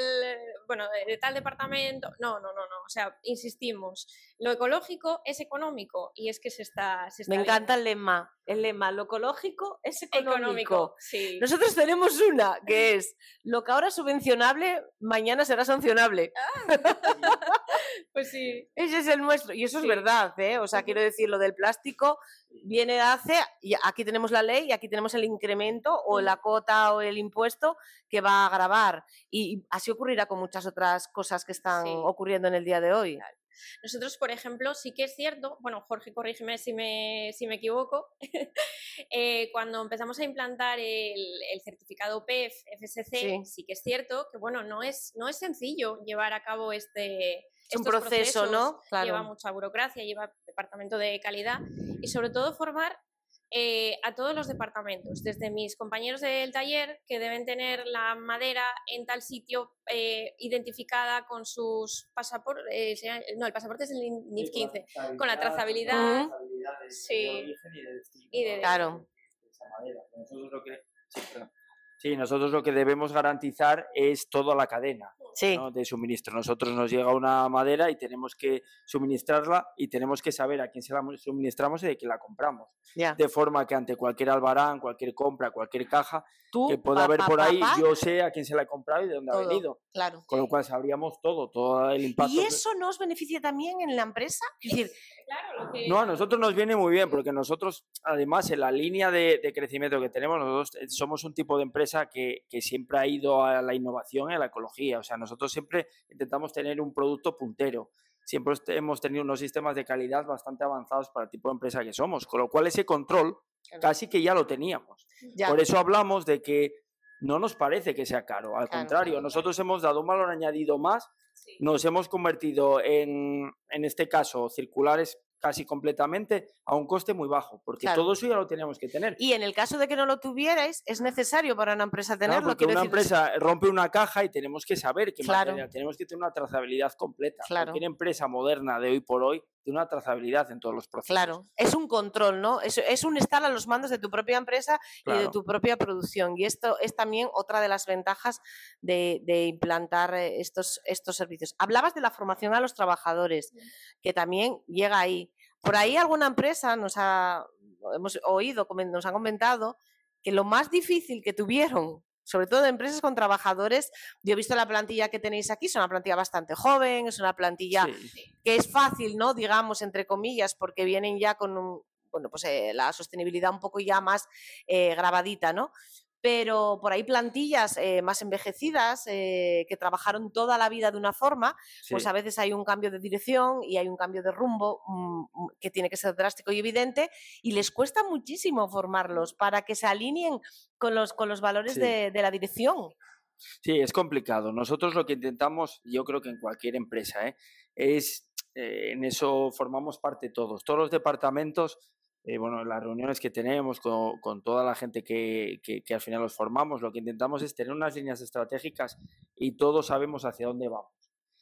tal departamento, no, o sea, insistimos, lo ecológico es económico, y es que se está Me encanta el lema, lo ecológico es económico. Sí. Nosotros tenemos una, que es, lo que ahora es subvencionable, mañana será sancionable. Pues sí. Ese es el nuestro, y eso es verdad, ¿eh? O sea, quiero decir, lo del plástico viene de hace, y aquí tenemos la ley y aquí tenemos el incremento o la cota o el impuesto que va a gravar, y así ocurrirá con muchas otras cosas que están ocurriendo en el día de hoy. Claro. Nosotros, por ejemplo, sí que es cierto, bueno, Jorge, corrígeme si me equivoco, cuando empezamos a implantar el certificado PEF, FSC, sí que es cierto que, bueno, no es sencillo llevar a cabo es un proceso, ¿no? Claro. Lleva mucha burocracia, lleva departamento de calidad, y sobre todo formar a todos los departamentos, desde mis compañeros del taller, que deben tener la madera en tal sitio identificada con sus pasaportes, no, el pasaporte es el NIF 15, con la trazabilidad de origen y de destino. Claro. Esa madera. Nosotros lo que debemos garantizar es toda la cadena. Sí. ¿no? De suministro. Nosotros nos llega una madera y tenemos que suministrarla y tenemos que saber a quién se la suministramos y de quién la compramos. Ya. De forma que ante cualquier albarán, cualquier compra, cualquier caja Tú, que pueda haber por ahí, pa, yo sé a quién se la ha comprado y de dónde ha todo, venido. claro. Con lo cual sabríamos todo el impacto. ¿Y eso no os beneficia también en la empresa? Es decir, Claro, lo que... No, a nosotros nos viene muy bien porque nosotros, además, en la línea de crecimiento que tenemos, nosotros somos un tipo de empresa que siempre ha ido a la innovación y a la ecología. O sea, nosotros siempre intentamos tener un producto puntero. Siempre hemos tenido unos sistemas de calidad bastante avanzados para el tipo de empresa que somos, con lo cual ese control casi que ya lo teníamos. ya. Por eso hablamos de que no nos parece que sea caro, al Claro, contrario, nosotros hemos dado un valor añadido más, Sí. nos hemos convertido en este caso, circulares casi completamente a un coste muy bajo, porque Claro. todo eso ya lo teníamos que tener. Y en el caso de que no lo tuvierais, ¿es necesario para una empresa Claro, tenerlo? porque Quiero una decir, empresa rompe una caja y tenemos que saber qué Claro. material, tenemos que tener una trazabilidad completa. Claro. Cualquier empresa moderna de hoy por hoy tiene una trazabilidad en todos los procesos. Claro, es un control, ¿no? Es un estar a los mandos de tu propia empresa y de Claro. tu propia producción. Y esto es también otra de las ventajas de implantar estos servicios. Hablabas de la formación a los trabajadores, que también llega ahí. Por ahí alguna empresa hemos oído, nos han comentado que lo más difícil que tuvieron, sobre todo de empresas con trabajadores, yo he visto la plantilla que tenéis aquí, es una plantilla bastante joven, es una plantilla Sí. que es fácil, ¿no? Digamos, entre comillas, porque vienen ya con la sostenibilidad un poco ya más grabadita, ¿no? Pero por ahí plantillas más envejecidas que trabajaron toda la vida de una forma, pues Sí. a veces hay un cambio de dirección y hay un cambio de rumbo que tiene que ser drástico y evidente y les cuesta muchísimo formarlos para que se alineen con los valores Sí. de la dirección. Sí, es complicado. Nosotros lo que intentamos, yo creo que en cualquier empresa, es, en eso formamos parte todos los departamentos, bueno, las reuniones que tenemos con toda la gente que al final los formamos, lo que intentamos es tener unas líneas estratégicas y todos sabemos hacia dónde vamos.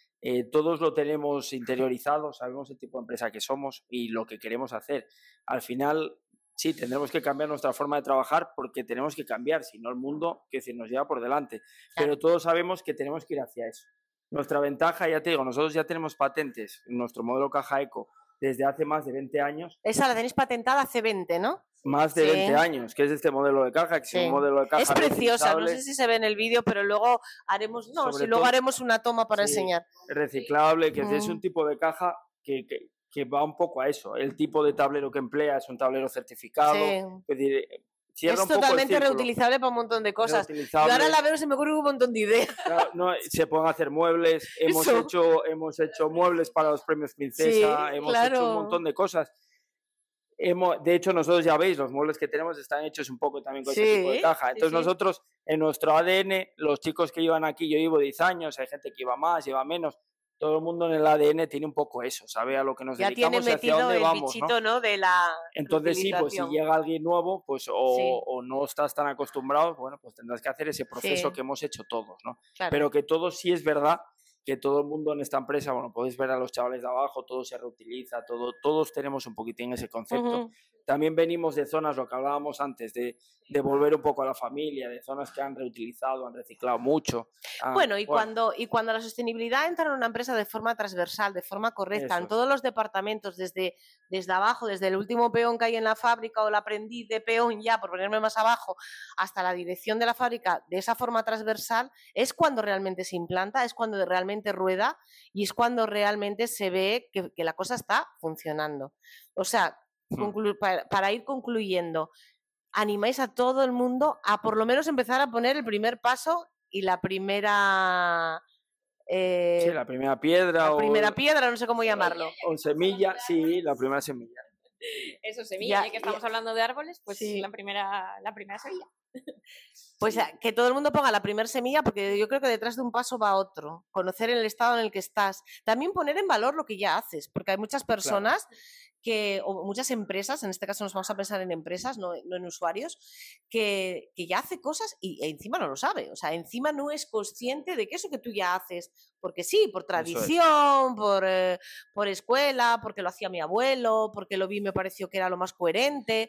Todos lo tenemos interiorizado, sabemos el tipo de empresa que somos y lo que queremos hacer. Al final, sí, tendremos que cambiar nuestra forma de trabajar porque tenemos que cambiar, si no el mundo que se nos lleva por delante. Pero todos sabemos que tenemos que ir hacia eso. Nuestra ventaja, ya te digo, nosotros ya tenemos patentes en nuestro modelo Caja Eco desde hace más de 20 años. Esa la tenéis patentada hace 20, ¿no? Más de 20 años, que es este modelo de caja, que es un modelo de caja es preciosa, no reutilizable, sé si se ve en el vídeo, pero luego haremos, luego haremos una toma para enseñar. Reciclable, que es un tipo de caja que va un poco a eso. El tipo de tablero que emplea es un tablero certificado. Sí. Es decir, es totalmente reutilizable para un montón de cosas. Yo ahora la veo y se me ocurre un montón de ideas. No, se pueden hacer muebles, hemos hecho muebles para los premios Princesa, hemos hecho un montón de cosas. De hecho, nosotros ya veis, los muebles que tenemos están hechos un poco también con ese tipo de caja. Entonces nosotros, en nuestro ADN, los chicos que llevan aquí, yo llevo 10 años, hay gente que lleva más, lleva menos, todo el mundo en el ADN tiene un poco eso, sabe a lo que nos dedicamos y hacia dónde vamos, bichito, ¿no? De la Entonces sí, pues si llega alguien nuevo, pues o no estás tan acostumbrado, bueno, pues tendrás que hacer ese proceso que hemos hecho todos, ¿no? Claro. Pero que todo sí es verdad, que todo el mundo en esta empresa, bueno, podéis ver a los chavales de abajo, todo se reutiliza, todos tenemos un poquitín ese concepto. También venimos de zonas, lo que hablábamos antes, de volver un poco a la familia, de zonas que han reutilizado, han reciclado mucho. Cuando la sostenibilidad entra en una empresa de forma transversal, de forma correcta, en todos los departamentos, desde abajo, desde el último peón que hay en la fábrica o el aprendiz de peón ya, por ponerme más abajo, hasta la dirección de la fábrica, de esa forma transversal, es cuando realmente se implanta, es cuando realmente rueda y es cuando realmente se ve que la cosa está funcionando. O sea, para ir concluyendo, animáis a todo el mundo a por lo menos empezar a poner el primer paso y la primera... sí, la primera piedra. No sé cómo llamarlo. O semilla, sí, la primera semilla. Eso, semilla, ya que estamos hablando de árboles, pues sí. la primera semilla. Pues que todo el mundo ponga la primera semilla, porque yo creo que detrás de un paso va otro. Conocer el estado en el que estás. También poner en valor lo que ya haces, porque hay muchas personas o muchas empresas, en este caso nos vamos a pensar en empresas, no en usuarios, que ya hace cosas y encima no lo sabe. O sea, encima no es consciente de que eso que tú ya haces, porque sí, por tradición, por escuela, porque lo hacía mi abuelo, porque lo vi y me pareció que era lo más coherente.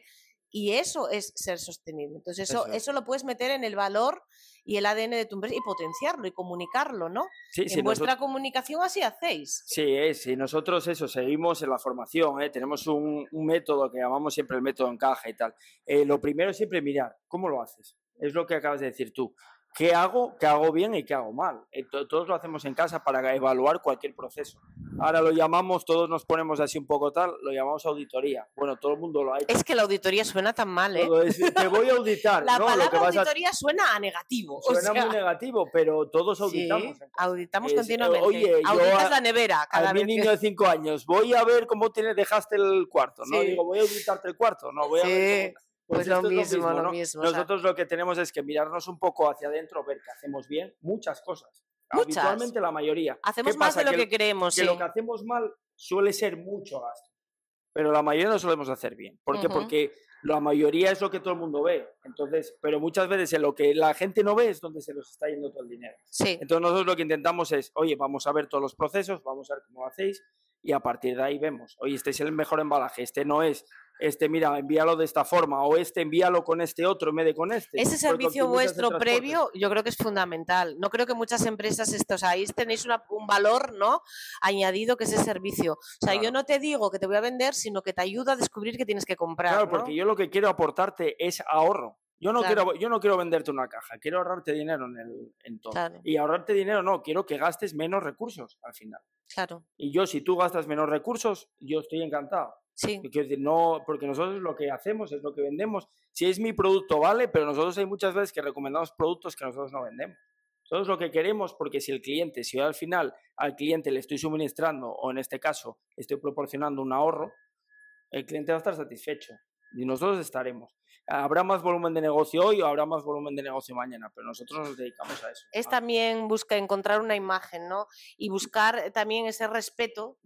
y eso es ser sostenible. Entonces eso lo puedes meter en el valor y el ADN de tu empresa y potenciarlo y comunicarlo, ¿no? Sí, en vuestra comunicación así hacéis. Sí, nosotros seguimos en la formación, tenemos un método que llamamos siempre el método encaje y tal. Lo primero es siempre mirar, ¿cómo lo haces? Es lo que acabas de decir tú. ¿Qué hago bien y qué hago mal? Todos lo hacemos en casa para evaluar cualquier proceso. Ahora lo llamamos, todos nos ponemos así un poco tal, lo llamamos auditoría. Bueno, todo el mundo lo ha hecho. Es que la auditoría suena tan mal, ¿eh? Te voy a auditar. La palabra auditoría suena a negativo. Suena muy negativo, pero todos auditamos. Sí, auditamos continuamente. Oye, auditas la nevera. A mi niño de 5 años, voy a ver cómo dejaste el cuarto, ¿no? Digo, voy a auditarte el cuarto, no, voy a ver cómo... Pues lo mismo, ¿no? Nosotros lo que tenemos es que mirarnos un poco hacia adentro, ver que hacemos bien muchas cosas. Muchas. Habitualmente la mayoría. Hacemos más de lo que creemos. Que lo que hacemos mal suele ser mucho gasto, pero la mayoría lo solemos hacer bien. ¿Por qué? Porque la mayoría es lo que todo el mundo ve. Entonces, pero muchas veces en lo que la gente no ve es donde se nos está yendo todo el dinero. Sí. Entonces nosotros lo que intentamos es, oye, vamos a ver todos los procesos, vamos a ver cómo lo hacéis y a partir de ahí vemos, oye, este es el mejor embalaje, este no es, mira, envíalo de esta forma o envíalo con este otro en vez de con este. Ese servicio vuestro previo yo creo que es fundamental. No creo que muchas empresas, ahí tenéis un valor, ¿no?, añadido, que es ese servicio. O sea, yo no te digo que te voy a vender, sino que te ayudo a descubrir qué tienes que comprar. Claro, ¿no? porque yo lo que quiero aportarte es ahorro. Yo no quiero venderte una caja, quiero ahorrarte dinero en todo. Claro. Y ahorrarte dinero no, quiero que gastes menos recursos al final. Claro. Y si tú gastas menos recursos, yo estoy encantado. Sí. Quiero decir, no, porque nosotros lo que hacemos es lo que vendemos. Si es mi producto, vale, pero nosotros hay muchas veces que recomendamos productos que nosotros no vendemos. Nosotros lo que queremos, porque si yo al final al cliente le estoy suministrando, o en este caso estoy proporcionando un ahorro, el cliente va a estar satisfecho y nosotros estaremos. Habrá más volumen de negocio hoy o habrá más volumen de negocio mañana, pero nosotros nos dedicamos a eso. Es también encontrar una imagen, ¿no? Y buscar también ese respeto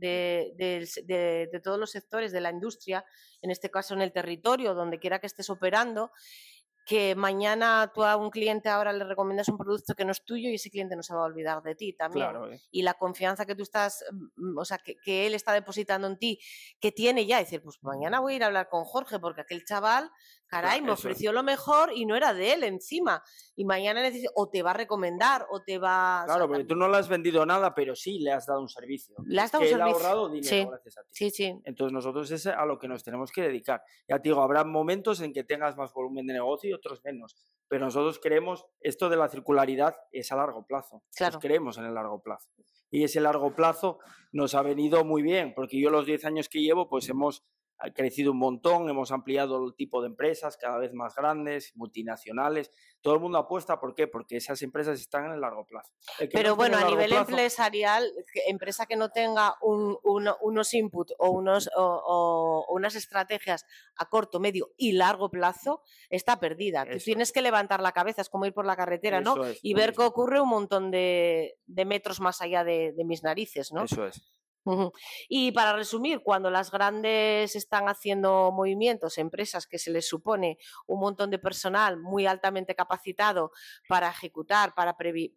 de todos los sectores de la industria, en este caso en el territorio, donde quiera que estés operando, que mañana tú a un cliente ahora le recomiendas un producto que no es tuyo y ese cliente no se va a olvidar de ti también. Claro, Y la confianza que tú estás, o sea, que él está depositando en ti, que tiene ya, decir, pues mañana voy a ir a hablar con Jorge porque aquel chaval, caray, me ofreció lo mejor y no era de él encima. Y mañana o te va a recomendar o te va... Claro, porque tú no le has vendido nada, pero sí le has dado un servicio. Le has dado un servicio. Él ha ahorrado dinero gracias a ti. Sí, sí. Entonces nosotros es a lo que nos tenemos que dedicar. Ya te digo, habrá momentos en que tengas más volumen de negocio y otros menos. Pero nosotros creemos, esto de la circularidad es a largo plazo. Claro. Nos creemos en el largo plazo. Y ese largo plazo nos ha venido muy bien, porque yo los 10 años que llevo, pues hemos crecido un montón, hemos ampliado el tipo de empresas cada vez más grandes, multinacionales. Todo el mundo apuesta, ¿por qué? Porque esas empresas están en el largo plazo. Pero bueno, a nivel empresarial, empresa que no tenga unos inputs o unas estrategias a corto, medio y largo plazo, está perdida. Tú tienes que levantar la cabeza, es como ir por la carretera, ¿no? Y ver qué ocurre un montón de metros más allá de mis narices, ¿no? Eso es. Y para resumir, cuando las grandes están haciendo movimientos, empresas que se les supone un montón de personal muy altamente capacitado para ejecutar, para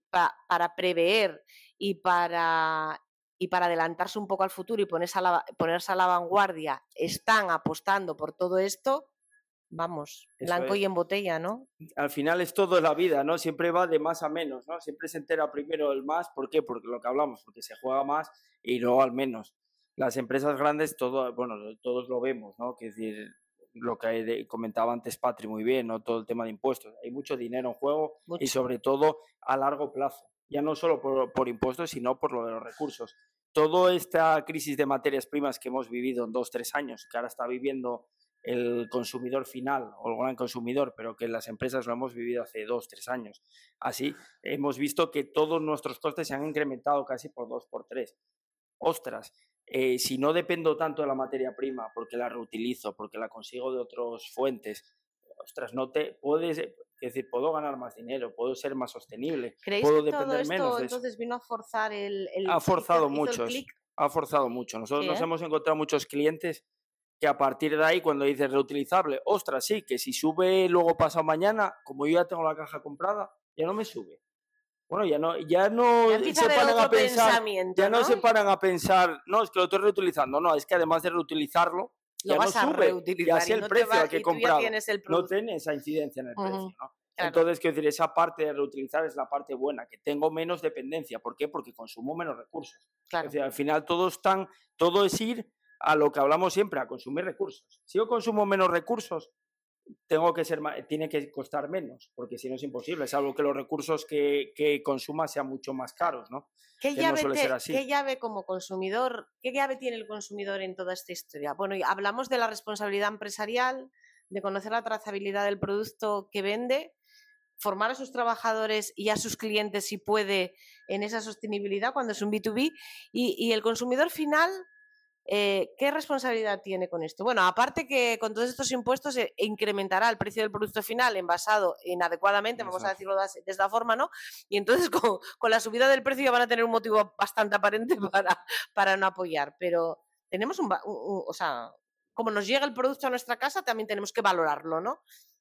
prever y para adelantarse un poco al futuro y ponerse a la vanguardia, están apostando por todo esto, vamos, blanco y en botella, ¿no? Al final es todo la vida, ¿no? Siempre va de más a menos, ¿no? Siempre se entera primero el más. ¿Por qué? Porque lo que hablamos, porque se juega más y luego al menos. Las empresas grandes, todos lo vemos, ¿no? Que es decir, lo que comentaba antes Patri muy bien, ¿no? Todo el tema de impuestos. Hay mucho dinero en juego y sobre todo a largo plazo. Ya no solo por impuestos, sino por lo de los recursos. Toda esta crisis de materias primas que hemos vivido en 2-3 años, que ahora está viviendo el consumidor final o el gran consumidor, pero que las empresas lo hemos vivido hace 2-3 años. Así, hemos visto que todos nuestros costes se han incrementado casi por 2, por 3. Ostras, si no dependo tanto de la materia prima, porque la reutilizo, porque la consigo de otras fuentes, ostras, puedo ganar más dinero, puedo ser más sostenible, puedo depender menos de eso. Entonces vino a forzar Ha forzado mucho. Ha forzado mucho. Nosotros nos hemos encontrado muchos clientes que a partir de ahí, cuando dices reutilizable, ostras, sí, que si sube luego pasado mañana, como yo ya tengo la caja comprada, ya no me sube. Bueno, ya no se paran a pensar, no se paran a pensar, no, es que lo estoy reutilizando, no, es que además de reutilizarlo, ya vas no a sube, reutilizar. ya sé el precio al que he comprado, tienes el no tiene esa incidencia en el precio, ¿no? Claro. Entonces, quiero decir, esa parte de reutilizar es la parte buena, que tengo menos dependencia. ¿Por qué? Porque consumo menos recursos. Claro. Es decir, al final todo es ir a lo que hablamos siempre, a consumir recursos. Si yo consumo menos recursos, tiene que costar menos, porque si no es imposible, es algo que los recursos que consuma sean mucho más caros, ¿no? ¿Qué Que no suele ser así. ¿Qué llave como consumidor, qué llave tiene el consumidor en toda esta historia? Bueno, hablamos de la responsabilidad empresarial, de conocer la trazabilidad del producto que vende, formar a sus trabajadores y a sus clientes si puede en esa sostenibilidad cuando es un B2B, y el consumidor final, ¿qué responsabilidad tiene con esto? Bueno, aparte que con todos estos impuestos incrementará el precio del producto final envasado inadecuadamente, vamos a decirlo de esta forma, ¿no? Y entonces con la subida del precio ya van a tener un motivo bastante aparente para no apoyar, pero tenemos o sea, como nos llega el producto a nuestra casa, también tenemos que valorarlo, ¿no?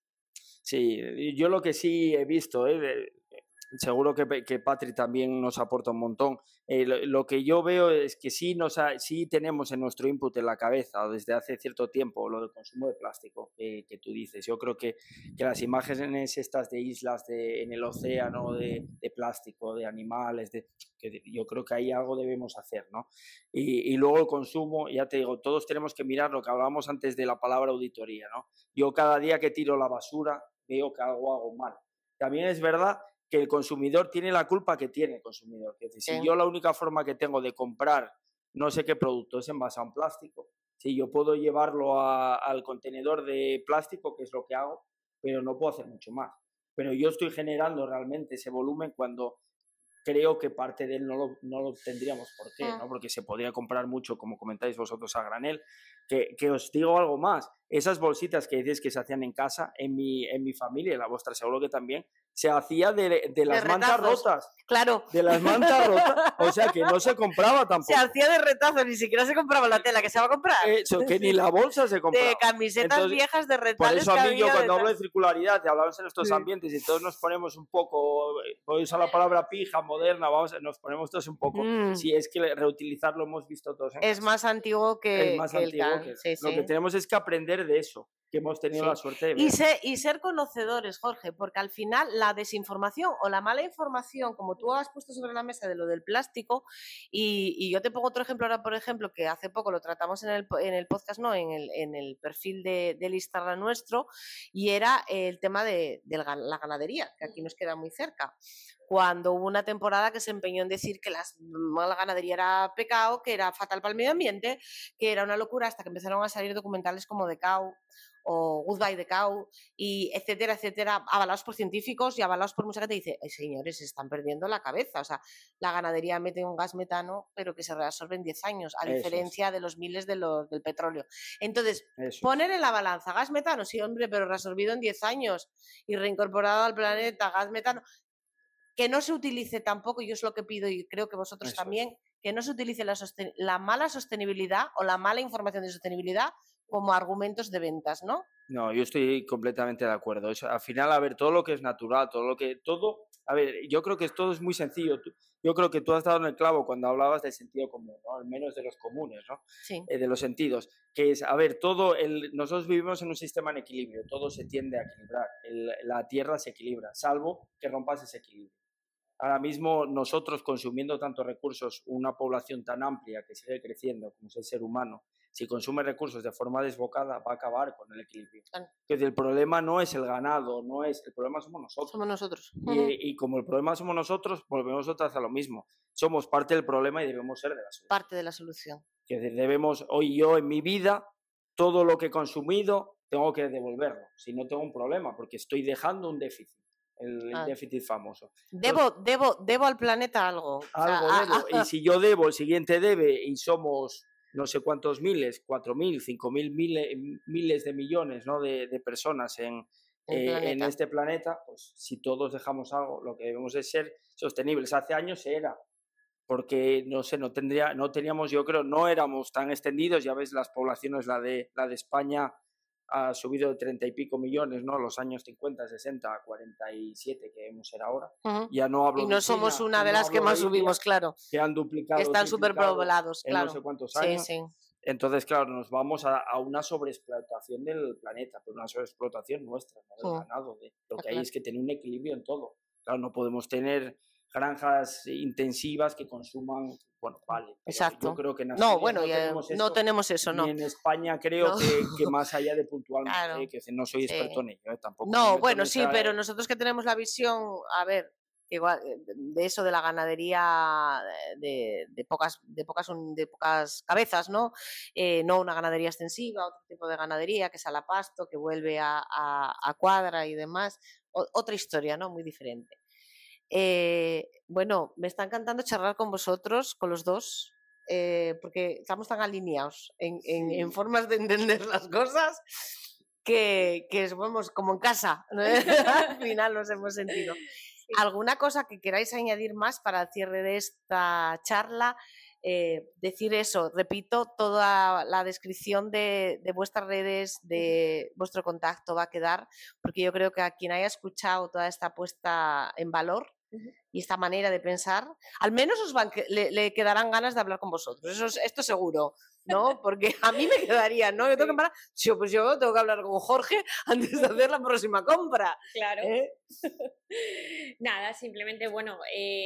Sí, yo lo que sí he visto, seguro que Patri también nos aporta un montón. Lo que yo veo es que sí tenemos en nuestro input en la cabeza desde hace cierto tiempo lo del consumo de plástico que tú dices. Yo creo que las imágenes estas de islas en el océano de plástico, de animales, que yo creo que ahí algo debemos hacer, ¿no? Y luego el consumo, ya te digo, todos tenemos que mirar lo que hablábamos antes de la palabra auditoría, ¿no? Yo cada día que tiro la basura veo que algo hago mal. También es verdad que el consumidor tiene la culpa que tiene el consumidor. Es decir, si yo la única forma que tengo de comprar no sé qué producto es envasado en plástico, si yo puedo llevarlo al contenedor de plástico, que es lo que hago, pero no puedo hacer mucho más. Pero yo estoy generando realmente ese volumen cuando creo que parte de él no lo tendríamos por qué, ¿no? Porque se podría comprar mucho, como comentáis vosotros, a granel. Que os digo algo más, esas bolsitas que dices que se hacían en casa, en mi familia, en la vuestra seguro que también, se hacía de las mantas rotas. Claro. De las mantas rotas, o sea que no se compraba tampoco. Se hacía de retazos, ni siquiera se compraba la tela que se va a comprar. Eso, que ni la bolsa se compraba. De camisetas Entonces, viejas de retales. Por eso a mí yo cuando hablo de circularidad, y hablamos en nuestros ambientes y todos nos ponemos un poco, voy a usar la palabra pija, moderna, nos ponemos todos un poco, si es que reutilizar lo hemos visto todos. Es más antiguo que el can. Lo que tenemos es que aprender de eso, que hemos tenido la suerte de ver. Y ser conocedores, Jorge, porque al final la desinformación o la mala información, como tú has puesto sobre la mesa de lo del plástico, y yo te pongo otro ejemplo ahora, por ejemplo, que hace poco lo tratamos en el podcast, no, en el perfil del Instagram nuestro, y era el tema de la ganadería, que aquí nos queda muy cerca. Cuando hubo una temporada que se empeñó en decir que la ganadería era pecado, que era fatal para el medio ambiente, que era una locura, hasta que empezaron a salir documentales como The Cow o Goodbye the Cow, y etcétera, etcétera, avalados por científicos y avalados por mucha gente. Dice, señores, se están perdiendo la cabeza. O sea, la ganadería mete un gas metano, pero que se reabsorbe en 10 años, a diferencia de los miles del petróleo. Entonces, poner en la balanza gas metano, sí, hombre, pero reabsorbido en 10 años y reincorporado al planeta, gas metano, que no se utilice tampoco, y yo es lo que pido y creo que vosotros también, que no se utilice la mala sostenibilidad o la mala información de sostenibilidad como argumentos de ventas, ¿no? No, yo estoy completamente de acuerdo. Al final, a ver, todo lo que es natural, a ver, yo creo que todo es muy sencillo. Yo creo que tú has dado en el clavo cuando hablabas del sentido común, ¿no? Al menos de los comunes, ¿no? Sí. De los sentidos. Que es, a ver, nosotros vivimos en un sistema en equilibrio, todo se tiende a equilibrar. La tierra se equilibra, salvo que rompas ese equilibrio. Ahora mismo nosotros consumiendo tantos recursos, una población tan amplia que sigue creciendo como es el ser humano, si consume recursos de forma desbocada va a acabar con el equilibrio. Entonces el problema no es el ganado, el problema somos nosotros. Somos nosotros. Y como el problema somos nosotros, volvemos otra vez a lo mismo. Somos parte del problema y debemos ser de la solución. Parte de la solución. Es decir, hoy yo en mi vida, todo lo que he consumido tengo que devolverlo, si no tengo un problema, porque estoy dejando un déficit. El déficit famoso. Debo al planeta algo. Debo. Y si yo debo, el siguiente debe, y somos no sé cuántos miles, 4.000, 5.000 miles de millones, ¿no? de personas en este planeta, pues si todos dejamos algo, lo que debemos es ser sostenibles. Hace años era, porque no teníamos, yo creo, no éramos tan extendidos. Ya ves, las poblaciones, la de España ha subido de 30 y pico millones, ¿no? Los años 50, 60, 47 que debemos ser ahora. Ya no hablo y no somos una de las que más subimos, claro. Que han duplicado. Están súper poblados, claro. No sé cuántos años. Sí. Entonces, claro, nos vamos a una sobreexplotación del planeta, pero una sobreexplotación nuestra, ¿no? Del ganado. Lo que hay es que tener un equilibrio en todo. Claro, no podemos tener granjas intensivas que consuman, bueno, vale. Exacto. Yo creo que en Asturias no tenemos eso, ni en España creo No. que más allá de puntualmente, Claro. que no soy experto en ello, tampoco. No, bueno, sí, pero nosotros que tenemos la visión, a ver, igual, de eso de la ganadería de pocas cabezas, ¿no? No una ganadería extensiva, otro tipo de ganadería que sale a pasto, que vuelve a cuadra y demás. Otra historia, ¿no? Muy diferente. Bueno, me está encantando charlar con vosotros, con los dos, porque estamos tan alineados en formas de entender las cosas que vamos como en casa, ¿no? Al final nos hemos sentido. Sí. ¿Alguna cosa que queráis añadir más para el cierre de esta charla? Decir eso, repito, toda la descripción de vuestras redes, de vuestro contacto va a quedar, porque yo creo que a quien haya escuchado toda esta puesta en valor y esta manera de pensar, al menos le quedarán ganas de hablar con vosotros, esto seguro, ¿no? Porque a mí me quedaría, ¿no? Yo tengo yo tengo que hablar con Jorge antes de hacer la próxima compra. Claro. Nada, simplemente, bueno,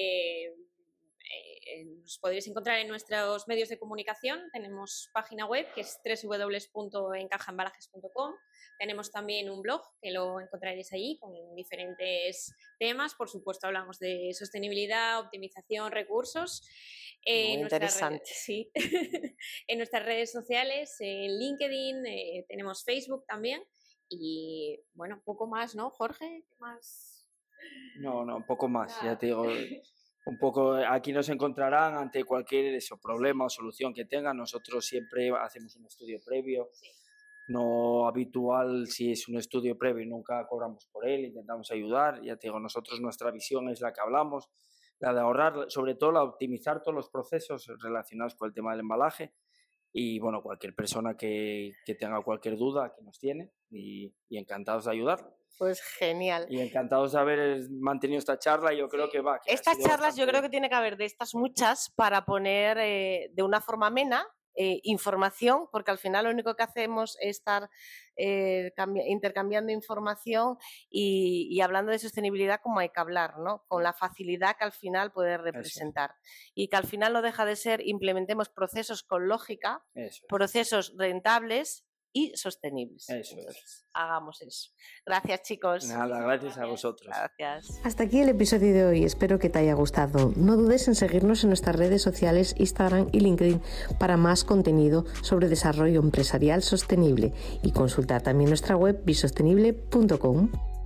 nos podréis encontrar en nuestros medios de comunicación. Tenemos página web que es www.encajaembalajes.com. Tenemos también un blog que lo encontraréis ahí con diferentes temas. Por supuesto, hablamos de sostenibilidad, optimización, recursos. Muy interesante. Sí. En nuestras redes sociales, en LinkedIn, tenemos Facebook también. Y bueno, poco más, ¿no, Jorge? ¿Qué más? No, un poco más, ya te digo. Un poco, aquí nos encontrarán ante cualquier problema o solución que tengan. Nosotros siempre hacemos un estudio previo, no habitual. Si es un estudio previo nunca cobramos por él, intentamos ayudar. Ya te digo, nosotros nuestra visión es la que hablamos, la de ahorrar, sobre todo la de optimizar todos los procesos relacionados con el tema del embalaje. Y bueno, cualquier persona que tenga cualquier duda aquí nos tiene y encantados de ayudar. Pues genial. Y encantados de haber mantenido esta charla. Yo creo que va. Estas charlas yo creo que tiene que haber de estas muchas para poner de una forma amena información, porque al final lo único que hacemos es estar intercambiando información y hablando de sostenibilidad como hay que hablar, ¿no? Con la facilidad que al final puede representar. Y que al final no deja de ser implementemos procesos con lógica, procesos rentables y sostenibles. Entonces, hagamos eso. Gracias, chicos. Nada, gracias a vosotros. Gracias. Hasta aquí el episodio de hoy. Espero que te haya gustado. No dudes en seguirnos en nuestras redes sociales, Instagram y LinkedIn para más contenido sobre desarrollo empresarial sostenible y consultar también nuestra web bisostenible.com.